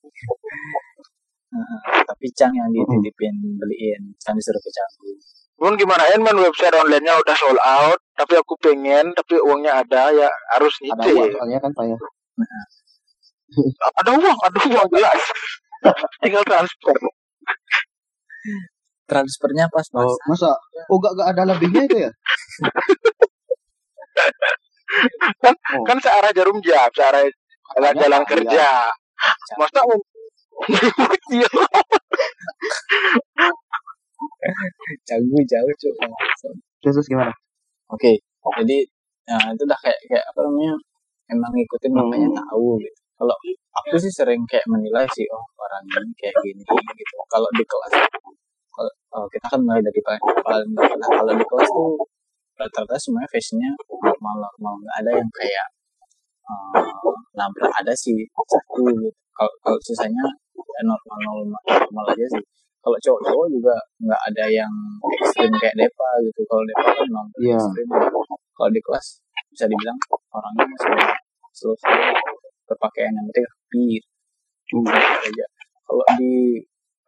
Tapi Cang yang dititipin beliin, Cang disuruh ke Canggu. Mun gimana website online-nya udah sold out, tapi aku pengen, tapi uangnya ada ya harus nyetir. Ada uang soalnya kan Pak ya. Ada uang jelas. Tinggal transfer. Transfernya pas. Masa? Gak ada lebihnya itu ya? kan searah jarum jam, searah jalan kerja. Masa Canggu jauh cuy. Terus gimana? Oke. Jadi itu udah kayak apa namanya, emang ngikutin makanya tahu gitu. Kalau aku sih sering kayak menilai sih, orang ini kayak gini gitu. Kalau di kelas, kalau kita kan mulai dari paling bawah. Kalau di kelas tuh rata-rata semuanya fashionnya normal, nggak ada yang kayak nabrak, ada sih satu gitu. Kalau sisanya normal aja sih. Kalau cowok juga nggak ada yang ekstrim kayak Depa gitu. Kalau Depa kan normal ekstrim. Kalau di kelas bisa dibilang orangnya selalu berpakaian yang penting rapi aja. Kalau di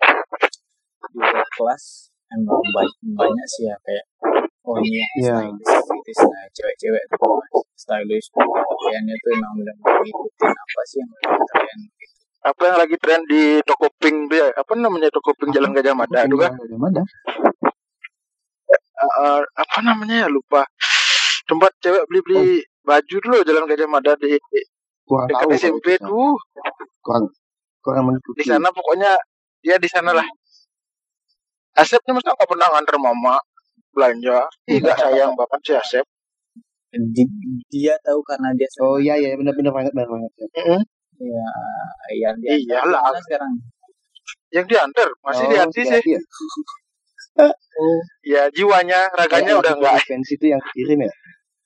kelas emang banyak sih ya, kayak ini stylish, cewek-cewek tuh stylish, pakaiannya tuh emang udah ngikutin apa sih yang tren gitu. Apa yang lagi tren di toko pink tuh ya? Apa namanya toko pink Jalan Gajah Mada itu kan? Apa namanya ya, lupa. Tempat cewek beli baju dulu Jalan Gajah Mada di dekat SMP tuh. Kurang mengikuti. Di sana pokoknya dia di sana lah. Asep nih masa nggak pernah nganter mama belanja. Nggak sayang banget si Asep. Dia tahu karena dia. Iya benar banget. Iya, iyalah sekarang. Yang diantar masih di hati sih. ya. Oh, ya jiwanya, raganya udah enggak. Fans itu yang kirim ya.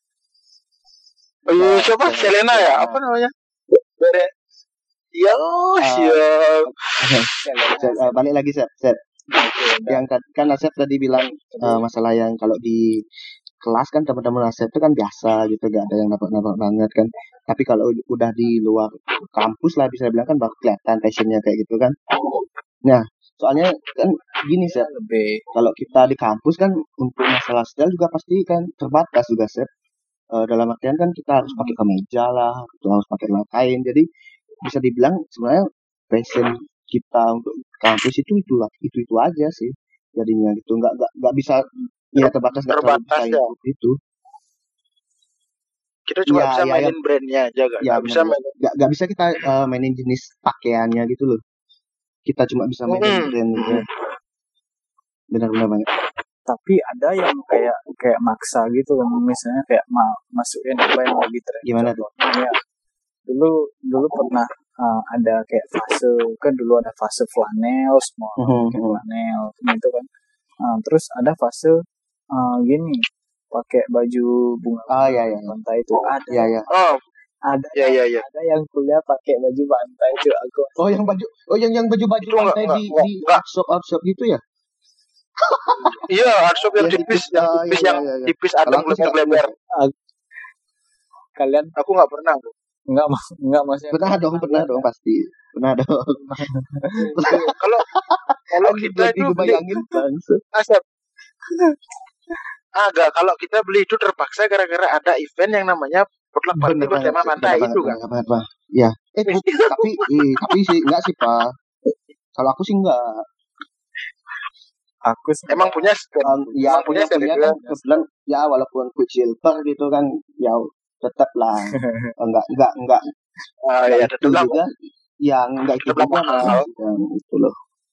Oh, siapa? Selena ya? Apa namanya? Ya, siap. Balik lagi Sep. Yang kan Asep tadi bilang masalah yang kalau di kelas kan teman-teman Asep itu kan biasa gitu, gak ada yang nampak-nampak banget kan. Tapi kalau udah di luar kampus lah bisa bilang kan baru kelihatan passionnya kayak gitu kan. Nah, soalnya kan gini Sep, kalau kita di kampus kan untuk masalah style juga pasti kan terbatas juga Sep. Dalam artian kan kita harus pakai kemeja lah, kita harus pakai kain. Jadi bisa dibilang sebenarnya passion kita untuk kampus itu aja sih jadinya gitu, nggak bisa ya terbatas ya. Itu kita cuma bisa mainin brandnya aja kan, nggak bisa kita mainin jenis pakaiannya gitu loh, kita cuma bisa mainin brandnya. Benar-benar banget. Tapi ada yang kayak maksa gitu kan, misalnya kayak masukin apa yang lagi tren. Gimana tuh? Ya, dulu pernah ada kayak fase, kan dulu ada fase flanel, semua pakai flanel gitu kan. Terus ada fase gini, pakai baju bunga pantai itu ada. Iya. Ada yang kuliah pakai baju pantai itu aku. Yang baju pantai di workshop gitu ya. Iya, workshop yang tipis, tipis ada lebar. Kalian? Aku nggak pernah. Enggak maksudnya. Pernah dong pasti. Pernah dong. Kalau kita itu bayangin Asep. Agak kalau kita beli itu terpaksa gara-gara ada event yang namanya potluck party bertema pantai itu kan. Ya. Tapi sih enggak sih, Pak. Kalau aku sih enggak. Aku emang punya kan kebetulan ya, walaupun silver gitu kan ya tetap lah enggak ya tetap juga yang enggak itu mahal gitu loh.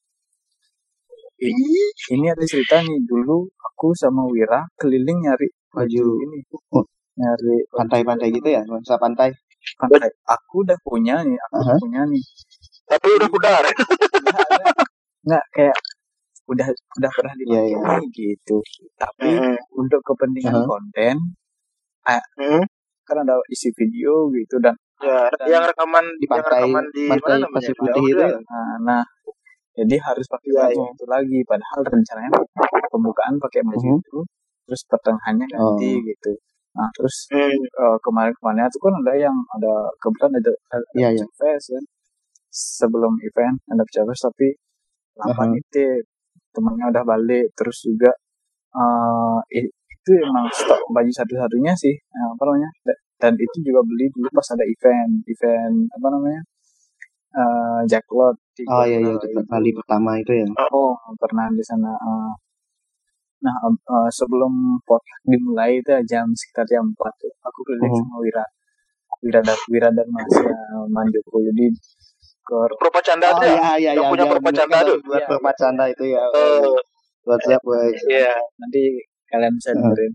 Ini ada cerita nih, dulu aku sama Wira keliling nyari baju ini, nyari pantai-pantai gitu ya, nuansa pantai. Aku udah punya nih, tapi udah pudar. Nggak, kayak udah pernah dipakai gitu, tapi untuk kepentingan konten kan ada isi video gitu dan yang rekaman di pantai Pasir Putih itu ya. Nah jadi harus pakai baju itu lagi, padahal rencananya pembukaan pakai baju itu, terus pertengahannya ganti gitu. Nah terus kemarin itu kan ada kebetulan ada Fest kan, sebelum event ada Fest, tapi 8 itu temannya udah balik, terus juga itu emang stok baju satu-satunya sih dan itu juga beli dulu pas ada event apa namanya Jacklot di Bali pertama itu ya. Pernah di sana. Nah sebelum potluck dimulai itu sekitar jam 4 aku keliling sama Wira dan Mas Manjoko, jadi ke Propacanda tuh yang punya Propacanda tuh. Propacanda itu ya. WhatsApp boys. Iya. Nanti kalian bisa dengerin.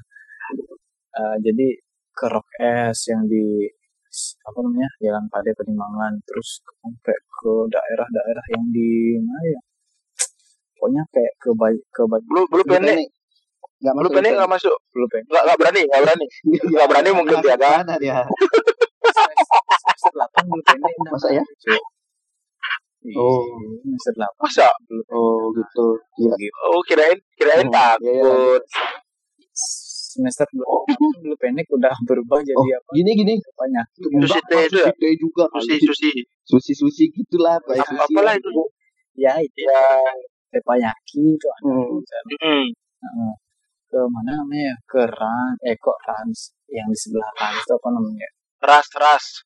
Jadi ke Rock S yang di Jalan Pade Penimbangan, terus sampai ke daerah-daerah yang di mana ya? Pokoknya kayak ke Blue Pendek. Blue Pendek nggak masuk. Nggak berani mungkin dia kan. Semester 8 Blue Pendek masa ya? Semester 8. Masa? Gitu. Iya. Kirain takut. Semester Blue Pendek udah berubah jadi apa? Gini. Banyak. Sushi juga. Sushi gitulah. Apalah itu? Ya itu. Teppanyaki itu ada. Ke mana namanya? Rans yang di sebelah Rans itu apa namanya? Ras.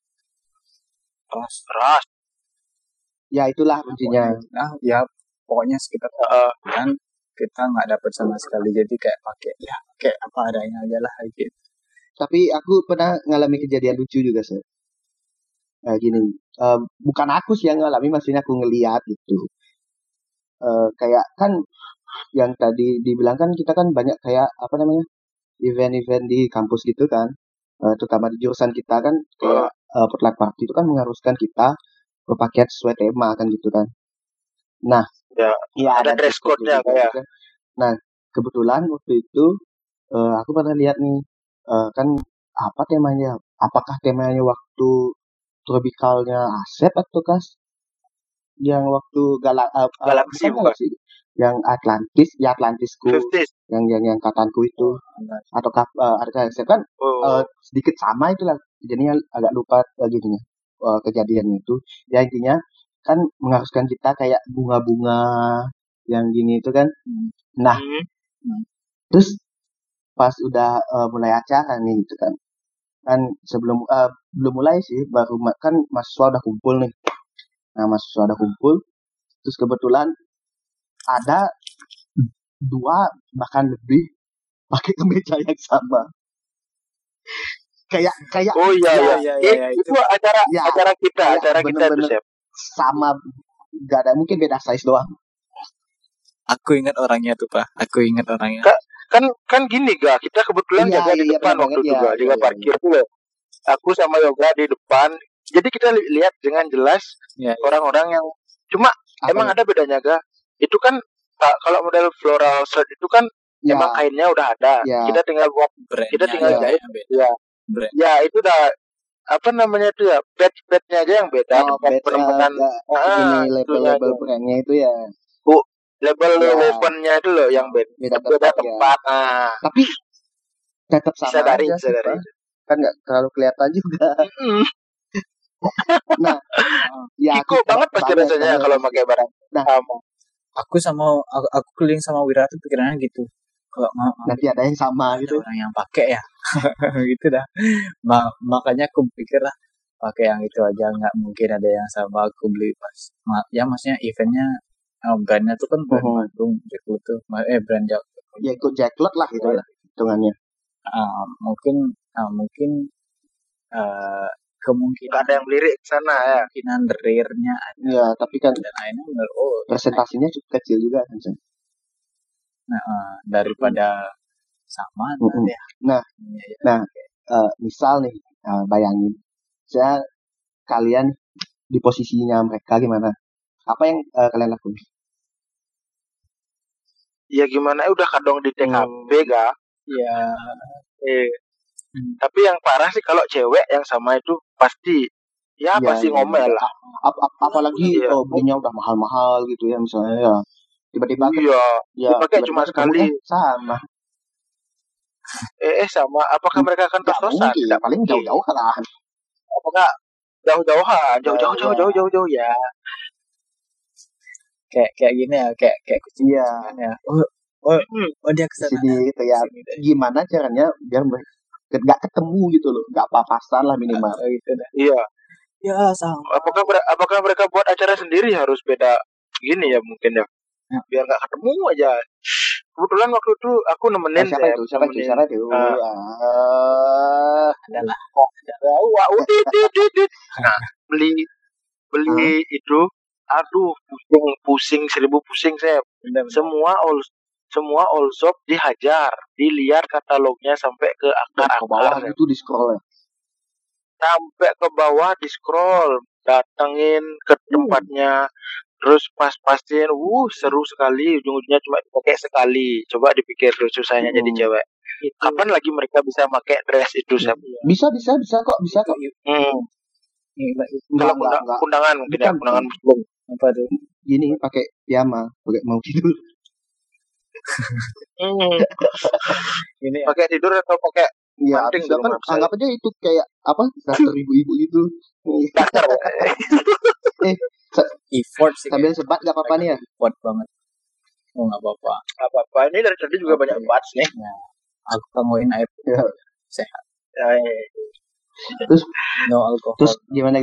Ya itulah kuncinya. Nah ya pokoknya sekitar dan kita nggak dapat sama sekali, jadi kayak pakai apa adanya aja lah gitu. Tapi aku pernah ngalami kejadian lucu juga sih. Gini, bukan aku sih yang ngalami, maksudnya aku ngeliat gitu. Kayak kan yang tadi dibilang kan kita kan banyak kayak apa namanya event-event di kampus gitu kan, terutama di jurusan kita kan kayak potluck party itu kan mengharuskan kita berpakaian sesuai tema kan gitu kan. Nah, ya ada dress code-nya kayak. Nah, kebetulan waktu itu aku pernah lihat nih, kan apa temanya? Apakah temanya waktu tropikalnya Asep atau yang waktu Galaksi bukan? Yang Atlantis, ya Atlantisku, 50s. yang katanku itu, atau Asep kan sedikit sama itulah, jadinya agak lupa gini kejadian itu. Ya intinya kan mengharuskan kita kayak bunga-bunga yang gini itu kan. Nah, terus pas udah mulai acara nih gitu kan sebelum belum mulai sih, baru kan mahasiswa udah kumpul nih. Nah, mahasiswa udah kumpul, terus kebetulan ada 2 bahkan lebih pakai kemeja yang sama. Kayak oh iya. Itu acara kita itu Chef. Sama, gak ada, mungkin beda size doang. Aku ingat orangnya tuh, Pak. Kan gini ga, kita kebetulan jaga di depan waktu itu ga, jaga parkir tuh loh. Aku sama Yoga di depan. Jadi kita lihat dengan jelas orang-orang yang cuma emang ada bedanya ga. Itu kan kalau model floral shirt itu kan emang kainnya udah ada. Kita tinggal buat kita tinggal jahit. Ya itu udah apa namanya itu ya, badge-nya aja yang beda. Penemuan ini label brandnya itu ya. Label weaponnya itu loh yang beda tempat. Nah, tapi tetap sama dari kan nggak terlalu kelihatan juga. Nah, ya Kiko banget pasti rasanya kalau pakai barang. Nah, aku keliling sama Wira tuh pikirannya gitu. Kalau nanti ada yang sama gitu, orang yang pakai ya. Gitu dah. Makanya aku pikir lah pakai yang itu aja, nggak mungkin ada yang sama. Aku beli pas ya maksudnya eventnya brandnya tuh kan brand Bandung, Jacklot tuh brand Jacklot. Ya ikut Jacklot lah gitu ya hitungannya. Mungkin kemungkinan ada yang lirik ke sana ya. Kemungkinan rare-nya ada. Ya, tapi kan dan akhirnya presentasinya cukup kecil juga kan. Daripada sama ya. Nah, misal nih, bayangin kalian di posisinya mereka gimana? Apa yang kalian lakukan? Ya gimana, udah kadang di TKP ga? Ya. Tapi yang parah sih kalau cewek yang sama itu pasti pasti ngomel lah. Apalagi belinya udah mahal-mahal gitu ya misalnya ya. Tiba-tiba pakai cuma sekali sama. Sama. Apakah mereka akan tos-tosan? Tidak, paling jauh-jauh kan. Apakah jauh-jauh ya? Kayak gini ya, kayak kucing ya. Dia kesana gitu ya. Gimana caranya biar nggak ketemu gitu loh, nggak papasan lah minimal. Gitu dah. Iya. Ya sama. Apakah mereka buat acara sendiri harus beda gini ya mungkin ya? Biar nggak ketemu aja. Kebetulan waktu itu aku nemenin siapa itu? Adalah. Nah, beli itu, aduh pusing 1000 pusing saya. Semua all shop dihajar, dilihat katalognya sampai ke akar-akar itu di scroll ya. Sampai ke bawah di scroll, datengin ke tempatnya. Terus pas-pastiin, seru sekali, ujung-ujungnya cuma dipakai sekali. Coba dipikir tuh susahnya jadi cewek. Kapan lagi mereka bisa pakai dress itu, Sep? Bisa kok. Kalau undangan mungkin ya, undangan muslim. Apa tuh? Gini pakai piyama, pakai mau tidur. Ini pakai tidur atau pakai manting kan anggap aja itu kayak apa? Dasar ibu-ibu itu. Dasar. Effort sih. Sambil sebat gak apa-apa nih ya? Effort banget. Gak apa-apa. Ini dari tadi juga banyak bats nih. Ya. Aku tamuin air sehat. Terus no alkohol. Terus gimana?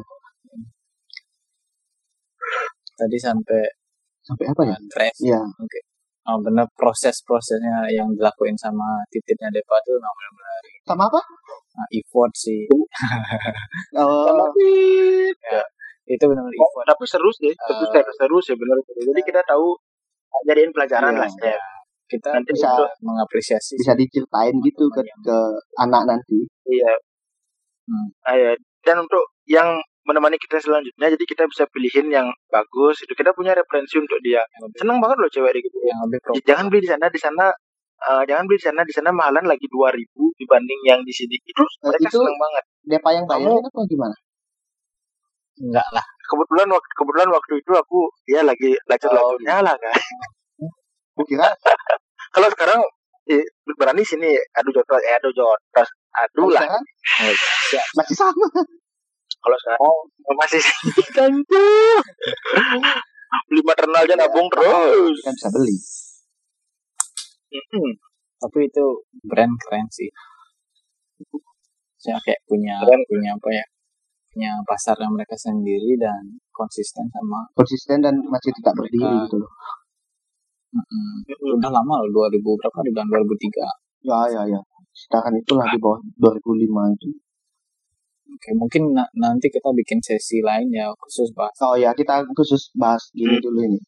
Tadi sampai apa ya? Dress. Iya. Oke. Benar prosesnya yang dilakuin sama titipnya Depa tuh benar-benar. Sama apa? Effort sih. Ya. Itu benar-benar effort. Tapi seru sih. Seru sih benar. Jadi kita tahu jadiin pelajaran lah ya. Kita nanti bisa mengapresiasi. Bisa diceritain gitu ke anak nanti. Iya. Dan untuk yang menemani kita selanjutnya, jadi kita bisa pilihin yang bagus. Itu kita punya referensi untuk dia. Seneng banget loh cewek gitu. Yang lebih proper. Jangan beli di sana jangan beli di sana mahalan lagi 2.000 dibanding yang di sini. Itu mereka itu seneng banget. Depa yang bayarin atau gimana? Enggak lah. Kebetulan waktu itu aku ya lagi lacur-lacurnya lah kan. Kira Kalau sekarang berani sini adu jotos. Aduh lah. sekarang masih sama. Kalau sekarang masih tentu beli maternal aja nabung terus. Kan bisa beli. Tapi itu brand keren sih. Saya kayak punya apa ya? Punya pasarnya mereka sendiri dan konsisten dan masih tetap berdiri gitu loh. Udah lama loh, 2000 berapa? Di bulan 2003. Ya. Sekarang itulah di bawah 2005 itu. Oke, mungkin nanti kita bikin sesi lain ya khusus bahas. Oh ya, kita khusus bahas gini dulu ini.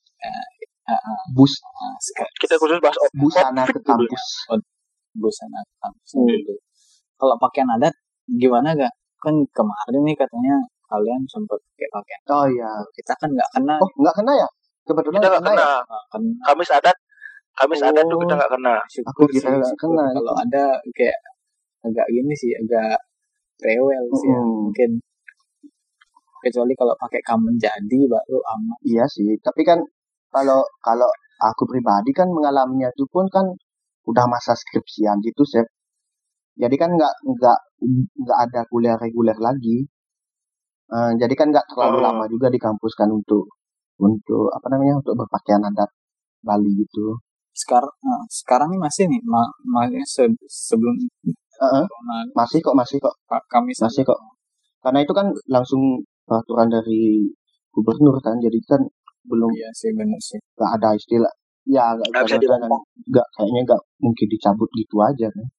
Kita khusus bahas busana ke kampus. Busana ke kampus dulu. Kalau pakaian adat gimana gak? Kan kemarin nih katanya kalian sempat pakai pakaian. Oh iya. Kita kan nggak kena. Oh nggak kena ya? Kebetulan kita nggak kena. Kamis adat tuh kita nggak kena. Aku kira nggak kena. Kalau ada kayak agak gini sih, agak rewel sih ya. Mungkin kecuali kalau pakai kamen jadi baru aman. Iya sih. Tapi kan kalau aku pribadi kan mengalaminya itu pun kan udah masa skripsian gitu, Sep. Jadi kan nggak ada kuliah reguler lagi. Jadi kan nggak terlalu lama juga di kampus kan untuk apa namanya, untuk berpakaian adat Bali gitu. Sekarang masih nih, sebelum masih kok. Kami masih kok. Karena itu kan langsung peraturan dari gubernur kan, jadi kan belum. Iya sih, benar sih. Nggak ada istilah. Ya kayaknya nggak mungkin dicabut gitu aja kan.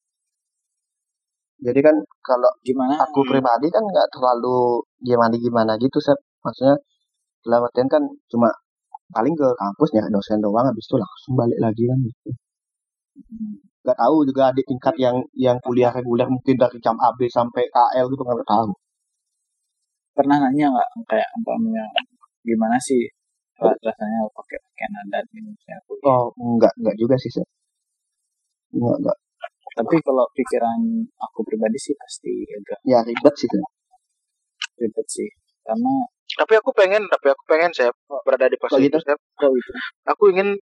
Jadi kan kalau gimana? Aku pribadi kan nggak terlalu gimana gitu, Sep. Maksudnya dalam artian kan cuma paling ke kampus nyari dosen doang, habis itu langsung balik lagi kan gitu. Nggak tahu juga adik tingkat yang kuliah reguler mungkin dari jam AB sampai KL gitu, nggak tahu. Pernah nanya nggak kayak umpamanya gimana sih rasanya pakai pakaian adat ini? Oh enggak juga sih, Sep. Enggak. Tapi kalau pikiran aku pribadi sih pasti agak ribet sih kan. Ribet sih. Karena tapi aku pengen saya berada di posisi itu. Aku ingin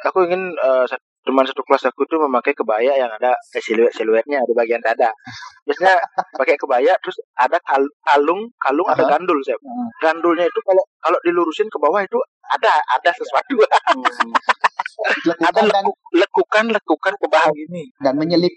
teman satu kelas aku tuh memakai kebaya yang ada siluetnya di bagian dada. Biasanya pakai kebaya terus ada kalung ada gandul, Sep. Gandulnya itu kalau dilurusin ke bawah itu ada sesuatu. Ada lekukan ke bawah gini dan menyelip.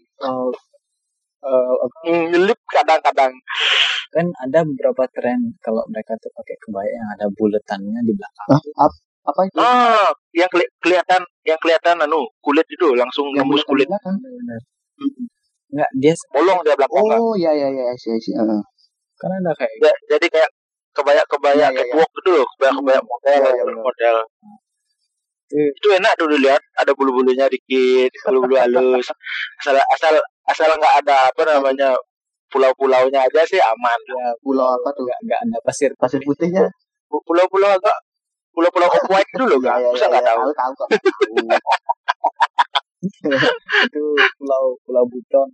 Menyelip kadang-kadang. Kan ada beberapa tren kalau mereka tuh pakai kebaya yang ada buletannya di belakang. Apa itu? Yang kelihatan kulit itu langsung nembus kulit. Enggak, dia bolong dia belakang. Oh iya sih. Kan ada kayak jadi kayak kebaya catwalk gitu loh, kebaya model. Itu enak tuh dilihat, ada bulu-bulunya dikit, bulu-bulu halus. Asal nggak ada apa namanya pulau-pulaunya aja sih aman. Ya, pulau apa tuh? Nggak ada pasir putihnya. Pulau-pulau off-white itu loh, nggak? Bisa nggak tahu. Tahu kok. Itu pulau Buton.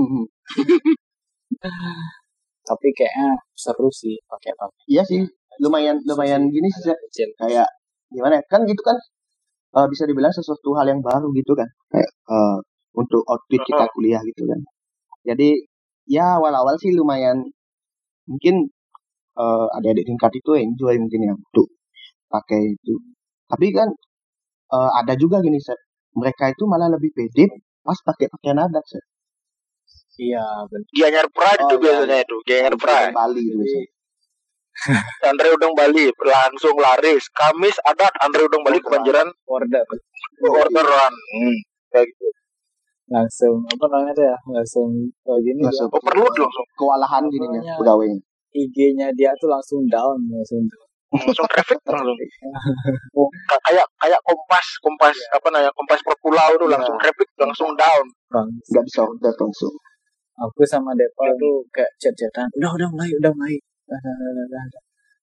Tapi kayaknya seru sih pakai. Iya sih, lumayan gini sih, kayak gimana? Kan gitu kan. Bisa dibilang sesuatu hal yang baru gitu kan, kayak untuk outfit kita kuliah gitu kan. Jadi ya awal-awal sih lumayan mungkin adik-adik tingkat itu enjoy mungkin ya untuk pakai itu. Tapi kan ada juga gini, Seth, mereka itu malah lebih pede pas pakai pakaian adat, Seth. Iya, benar. Gianyar Pride itu biasanya itu, Gianyar Pride. Bali itu. Andre Udang Bali langsung laris. Kamis adat Andre Udang Bali kebanjiran orderan. Kayak gitu. Langsung apa namanya tuh ya? Langsung gini. Langsung perlu langsung kewalahan gininya pegawainya. IG-nya dia tuh langsung down langsung traffic langsung. kayak kompas apa namanya, kompas per pulau tuh langsung traffic langsung down. Enggak bisa order langsung. Aku sama Depa tuh kayak chat-chatan. Udah mulai.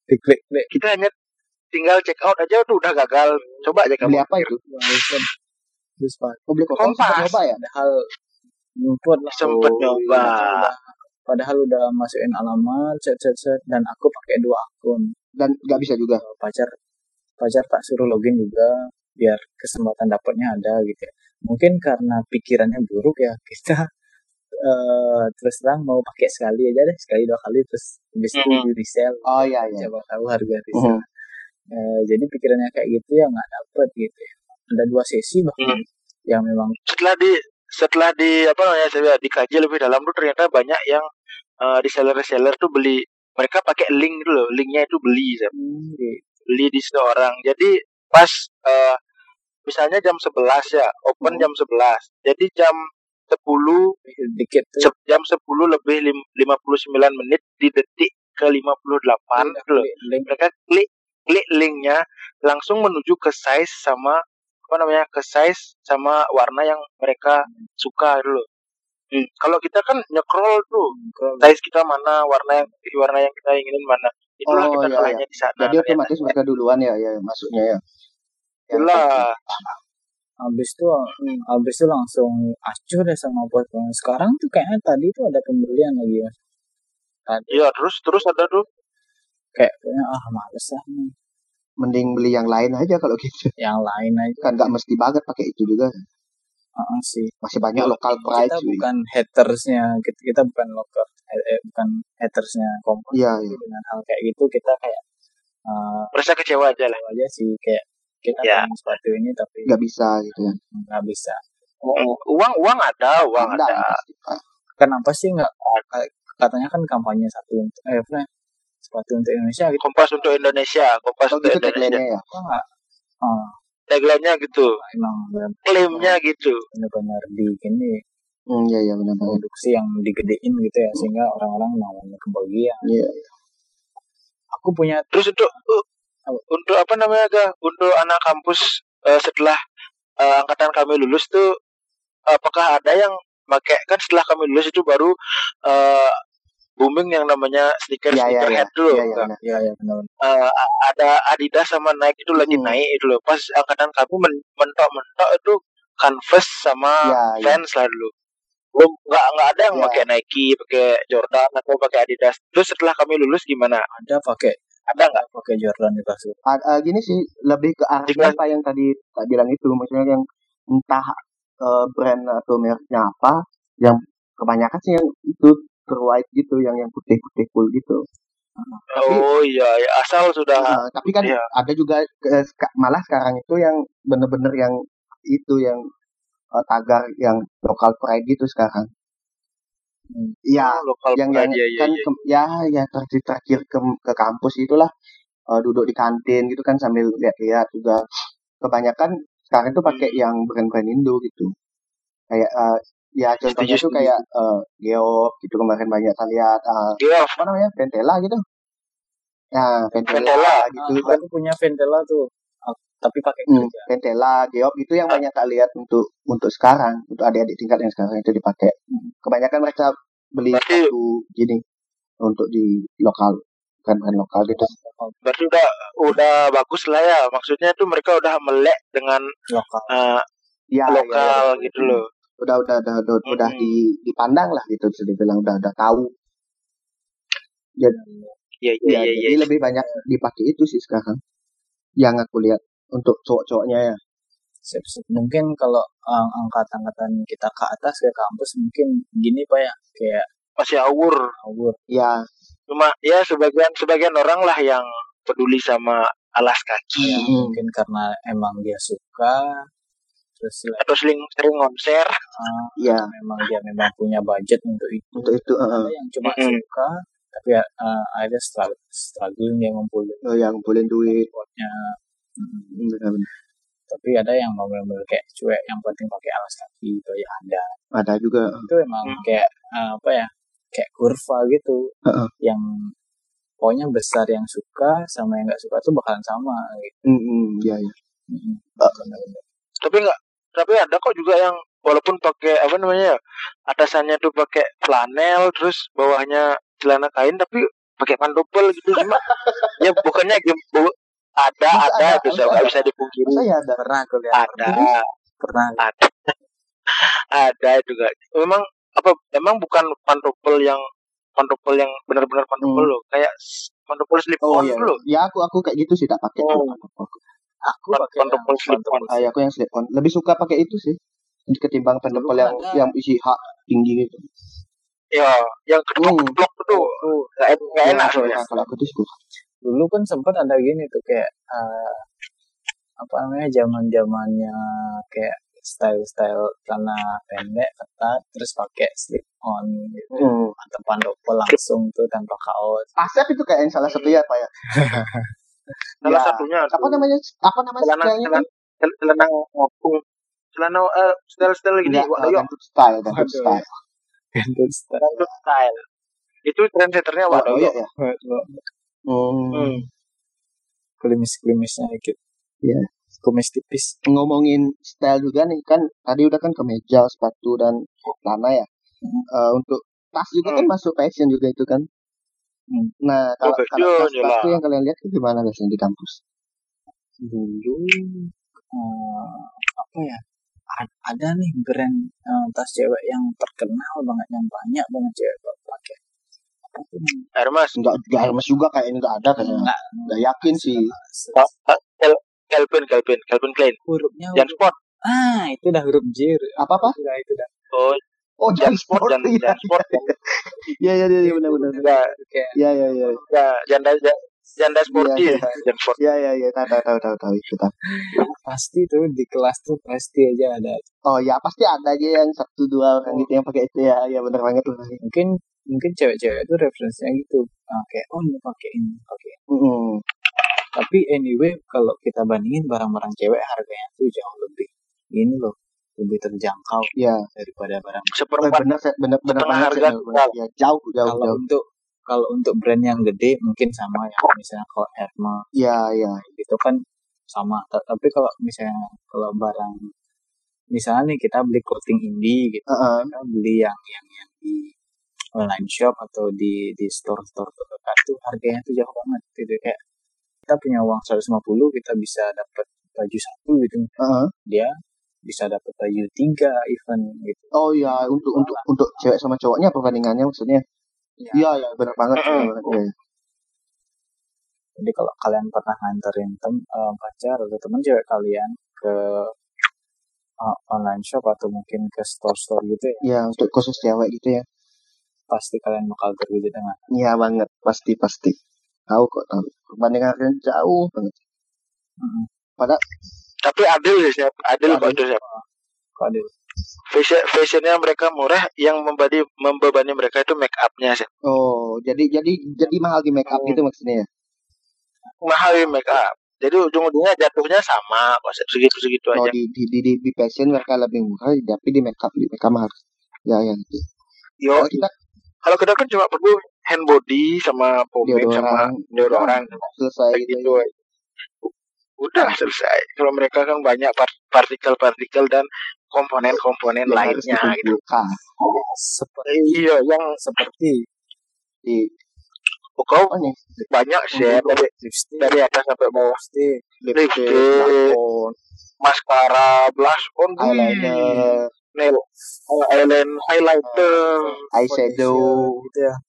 Diklik. Kita hanya tinggal check out aja tuh udah gagal. Coba aja kamu. Beli apa itu? Terus Beli kotak sempat nyoba ya? Padahal ngumpul lah. Sempet nyoba. Padahal udah masukin alamat, set dan aku pakai 2 akun. Dan nggak bisa juga. Pacar tak suruh login juga biar kesempatan dapatnya ada gitu ya. Mungkin karena pikirannya buruk ya, kita terus terang mau pakai sekali aja deh, sekali 2 kali terus habis itu di resell. Oh iya. Coba tahu harga resell. Jadi pikirannya kayak gitu ya nggak dapet gitu ya. Ada 2 sesi bahkan yang memang setelah di apa namanya saya dikaji lebih dalam tuh ternyata banyak yang reseller tuh beli, mereka pakai link dulu, linknya itu beli beli di seorang. Jadi pas misalnya jam 11 ya, open jam 11. Jadi jam 10 dikit tuh. Jam 10 lebih 59 menit di detik ke 58 gitu loh. Mereka klik linknya langsung menuju ke size sama warna yang mereka suka gitu loh. Kalau kita kan nge-scroll tuh size kita mana, warna yang kita inginin mana, itulah kita kelahnya di sana. Jadi otomatis mereka duluan ya masuknya ya. Itulah. Habis itu langsung acuh deh sama potongan. Sekarang tuh kayaknya tadi tuh ada pembelian lagi ya. Iya, terus ada tuh. Kayaknya males lah nih. Mending beli yang lain aja kalau gitu. Yang lain aja. Kan nggak mesti banget pakai itu juga. Sih. Masih banyak lokal price. Kita bukan hatersnya, kita bukan bukan hatersnya Kompas. Iya. Dengan hal kayak gitu kita kayak merasa kecewa aja lah. Aja sih kayak kita pengen sepatu ini tapi nggak bisa gitu kan. Nggak bisa. Uang ada. Kenapa sih nggak? Katanya kan kampanye sepatu untuk Indonesia gitu. Kompas untuk Indonesia. Untuk Indonesia. Ya? Tagline-nya gitu. Emang klaimnya gitu. Benar-benar digini. Iya benar. Produksi yang digedein gitu ya sehingga orang-orang namanya kebagian. Iya. Aku punya. Terus untuk apa namanya untuk anak kampus setelah angkatan kami lulus tuh, apakah ada yang pakai, kan setelah kami lulus itu baru booming yang namanya sneakerhead dulu. Iya benar. Ada Adidas sama Nike itu lagi naik itu loh. Pas angkatan kami mentok itu Converse sama Vans lah dulu. Belum nggak ada yang pakai Nike, pakai Jordan atau pakai Adidas. Terus setelah kami lulus gimana? Ada nggak pakai Jordan di kasur? Gini sih lebih ke arah apa yang tadi tak bilang itu, maksudnya yang entah brand atau mereknya apa, yang kebanyakan sih yang itu white gitu, yang putih full gitu. Iya, asal sudah. Tapi kan ada juga malah sekarang itu yang bener-bener yang itu yang tagar yang local pride gitu sekarang. Iya, yang kan terakhir ke kampus itulah duduk di kantin gitu kan sambil lihat-lihat juga. Kebanyakan sekarang itu pakai yang brand-brand Indo gitu. Kayak contohnya tuh kayak Geof gitu, kemarin banyak saya lihat. Geof apa namanya? Ventela gitu. Ya, Ventela gitu. Aku punya Ventela tuh. Tapi pakai kerja. Ventela, Geof itu yang banyak tak lihat untuk sekarang, untuk adik-adik tingkat yang sekarang itu dipakai. Kebanyakan mereka beli satu gini untuk di lokal, brand lokal gitu. Berarti udah bagus lah ya. Maksudnya tuh mereka udah melek dengan lokal gitu loh. Udah dipandang lah gitu, bisa dibilang udah tahu. Jadi lebih banyak dipakai itu sih sekarang. Yang aku lihat untuk cowok-cowoknya ya. Mungkin kalau angkatan kita ke atas ke kampus mungkin gini Pak ya, kayak masih awur. Ya. Cuma ya sebagian orang lah yang peduli sama alas kaki. Ya, mungkin karena emang dia suka atau sering konser. Memang dia punya budget untuk itu. Ada yang cuma suka tapi ada struggle yang ngumpulin duit. Benar-benar. Tapi ada yang mau benar-benar kayak cuek, yang penting pakai alas kaki itu ya ada. Ada juga. Itu emang kayak kayak kurva gitu. Yang pokoknya besar yang suka sama yang nggak suka tuh bakalan sama gitu. Iya. Tapi ada kok juga yang walaupun pakai atasannya tuh pakai flanel terus bawahnya celana kain tapi pakai pantopel gitu cuma ya bukannya ada itu saya nggak bisa dipungkiri. Saya ada. Pernah aku lihat. Pernah. Ada juga. Emang bukan pantopel yang benar-benar pantopel loh, kayak pantopel slip on loh. Ya aku kayak gitu sih, tak pakai. Aku pakai pantopel slip on. Aku yang slip on. Lebih suka pakai itu sih ketimbang pantopel yang isi hak tinggi gitu. Ya, yang keplok itu nggak enak soalnya. Kalau aku tuh dulu kan sempat ada gini tuh kayak apa namanya zamannya kayak style celana pendek ketat terus pakai slip on gitu atau pantopel langsung tuh tanpa kaos. Asep itu kayak yang salah satunya apa ya? Salah satunya apa namanya celana ngopung, celana style gini. Gantut style. Itu trendsetternya Wadoyo ya. Klimis-klimisnya dikit. Iya. Kumis tipis. Ngomongin style juga nih kan tadi udah kan kemeja, sepatu dan celana ya. Untuk tas juga kan masuk fashion juga itu kan. Nah kalau tas yang kalian lihat itu gimana biasanya di kampus? Dulu apa ya? Ada nih brand tas cewek yang terkenal banget, yang banyak banget cewek pakai. Apa tuh? Hermes. Enggak Hermes juga kayaknya enggak ada kayaknya. Enggak yakin sih. Calvin Klein. Hurufnya Jansport. Itu dah huruf J. Apa? Itu dah. Oh, Jansport. Iya benar. Iya. Ya, Janda sporty. Jansport. Iya, tahu itu. Pasti tuh di kelas tuh pasti aja ada. Oh ya, pasti ada aja yang 1-2 orang gitu yang pakai itu ya. Ya benar banget tuh. Mungkin cewek-cewek itu referensinya gitu. Kayak ini pakai ini. Tapi anyway kalau kita bandingin barang-barang cewek harganya tuh jauh lebih ini loh, lebih terjangkau daripada barang. Benar harga ya jauh. Kalau untuk brand yang gede mungkin sama ya, misalnya kalau Hermes. Iya. Itu kan sama. Tapi kalau misalnya barang misalnya nih kita beli clothing indie gitu, kita beli yang di online shop atau di store terdekat tuh harganya tuh jauh banget gitu. Kayak kita punya uang 150 kita bisa dapat baju 1 gitu. Dia bisa dapat baju 3 even gitu. Oh ya, untuk cewek sama cowoknya perbandingannya maksudnya. Iya, benar banget. Jadi kalau kalian pernah nganterin pacar atau teman cewek kalian ke online shop atau mungkin ke store gitu ya. Iya, untuk khusus cewek gitu ya. Pasti kalian bakal terwujud dengan. Iya banget, pasti. Tahu. Perbandingan jauh banget. Tapi adil fashionnya mereka murah, yang membebani mereka itu make upnya sih. Oh, jadi mahal di make up gitu maksudnya ya? Mahal di make up. Jadi ujung-ujungnya jatuhnya sama, segitu aja. Di fashion mereka lebih murah, tapi di make up mahal. Ya gitu. Kalau kita kan cuma perlu hand body sama pomade sama deodoran selesai gitu. Udah selesai. Kalau mereka kan banyak partikel dan komponen lainnya gitu. Seperti di banyak sih dari atas sampai bawah, lipstick, maskara, blush on, eyeliner, highlighter, eyeshadow gitu ya.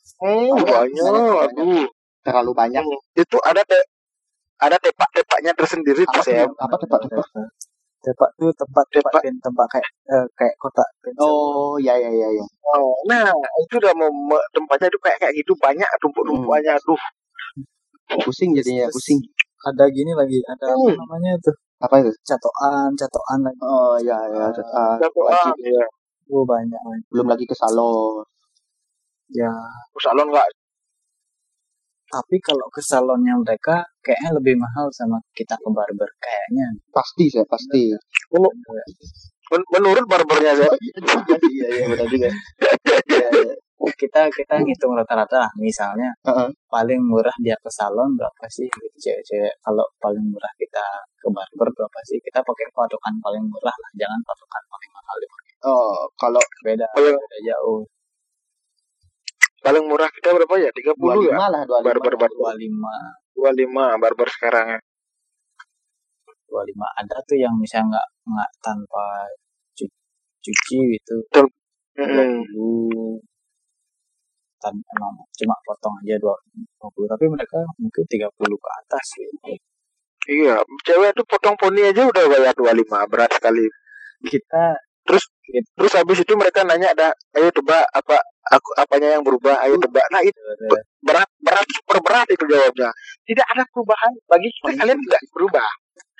Banyak. Terlalu banyak. Itu ada tepak-tepaknya tersendiri tuh saya. Apa tepak? Tepak tuh tempat kayak kotak pensil. Oh, ya. Nah, itu udah tempatnya itu kayak gitu, banyak tumpuk-tumpukannya. Aduh. Pusing jadinya, pusing. Ada gini lagi, ada apa namanya itu? Apa itu? Catokan lagi. Oh, ya. Catokan, ya. Banyak. Belum lagi ke salon. Ya. Ke salon enggak. Tapi kalau ke salonnya mereka kayaknya lebih mahal sama kita ke barber kayaknya. Pasti. Menurut barbernya saya. Iya, benar juga. Kita ngitung rata-rata lah, misalnya paling murah dia ke salon berapa sih gitu, cewek-cewek. Kalau paling murah kita ke barber berapa sih, kita pakai patokan paling murah lah, jangan patokan paling mahal. Oh, kalau beda jauh. paling murah kita berapa ya? 30 ya? 25 lah, 25. Barbar 25 barbar sekarang ya. 25 ada tuh yang misalnya nggak tanpa cuci gitu. Betul. 20 emang cuma potong aja 20, tapi mereka mungkin 30 ke atas gitu. Iya, cewek tuh potong poni aja udah bayar 25, berat sekali. Kita terus habis itu mereka nanya, ayo tebak apanya yang berubah, ayo tebak. Nah itu berat super berat itu jawabnya. Tidak ada perubahan bagi kita, kalian tidak berubah.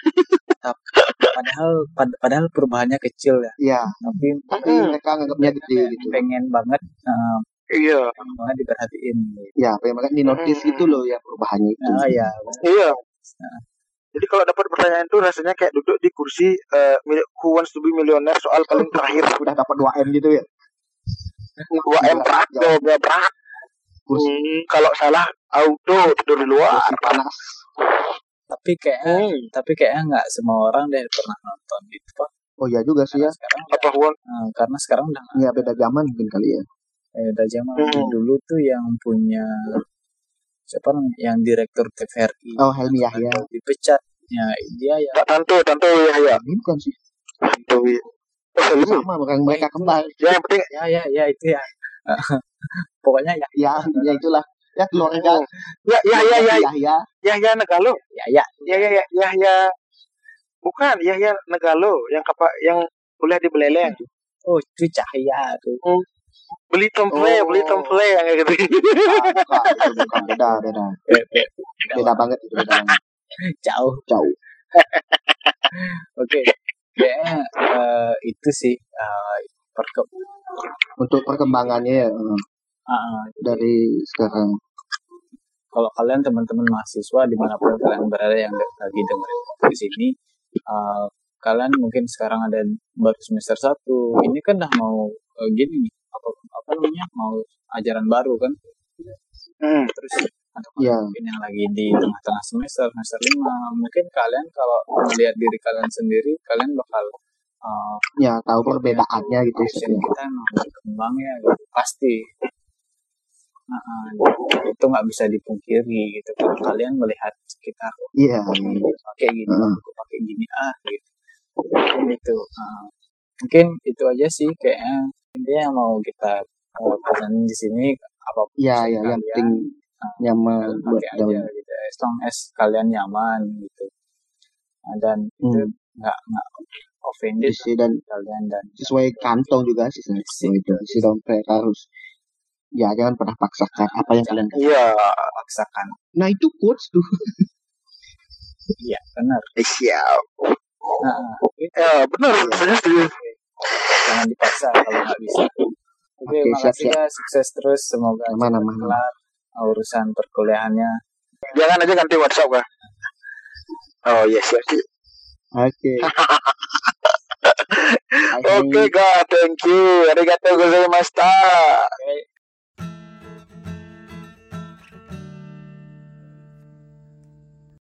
padahal perubahannya kecil ya. Iya. Tapi mereka nganggapnya gede gitu. Pengen banget iya. Pengen diperhatiin. Ya, pengen banget dinotis gitu loh ya perubahannya itu. Iya. Iya. Jadi kalau dapat pertanyaan itu rasanya kayak duduk di kursi Who Wants to be Millionaire soal paling terakhir. Udah dapat 2M gitu ya. 2M berat, jawabnya berat. Kalau salah auto tidur di luar. Panas. Tapi kayaknya nggak semua orang deh pernah nonton itu, Pak. Oh iya juga sih ya. Karena sekarang udah ya beda zaman mungkin kali ya. Beda zaman. Dulu tuh yang punya siapa yang direktur TVRI. Oh, Helmi Yahya. Dipecat. Ya, dia ya. Tanto Yahya. Ini bukan sih. Tanto sama mereka kembar. Ya yang penting ya itu ya. Pokoknya ya itulah. Ya keluarga. Yahya Negalo. Ya. Bukan Yahya Negalo yang kuliah di Beleleng. Oh, itu Cahaya tuh. Beli temple yang kayak gitu. Bukan beda banget itu, beda banget. Jauh. Oke. Kayaknya itu sih untuk perkembangannya ya. Dari sekarang. Kalau kalian teman-teman mahasiswa dimanapun kalian berada yang lagi dengerin di sini, kalian mungkin sekarang ada baru semester 1, ini kan udah mau gini nih, apa namanya, mau ajaran baru kan. Terus atau mungkin yang lagi di tengah-tengah semester 5, mungkin kalian kalau melihat diri kalian sendiri, kalian bakal tahu perbedaannya gitu. Kita mau berkembang ya gitu, pasti. Itu nggak bisa dipungkiri gitu kan, kalian melihat sekitar pakai gini, aku pakai gini gitu. Mungkin itu aja sih kayaknya yang mau kita pesan di sini, apapun yang penting nyaman buat aja gitu, as long as kalian nyaman gitu, dan itu nggak offended sih, dan kalian dan sesuai kantong juga sih itu si dompet harus. Ya, jangan pernah paksakan apa yang kalian paksakan. Nah, itu quotes tuh. Iya, benar. Siap. Benar. Jangan dipaksa kalau nggak bisa. Oke, makasih ya, sukses terus, semoga kelar urusan perkuliahannya. Jangan aja ganti WhatsApp kah? Oh iya, siap sih. Oke. Oke, thank you. Arigatou gozaimashita.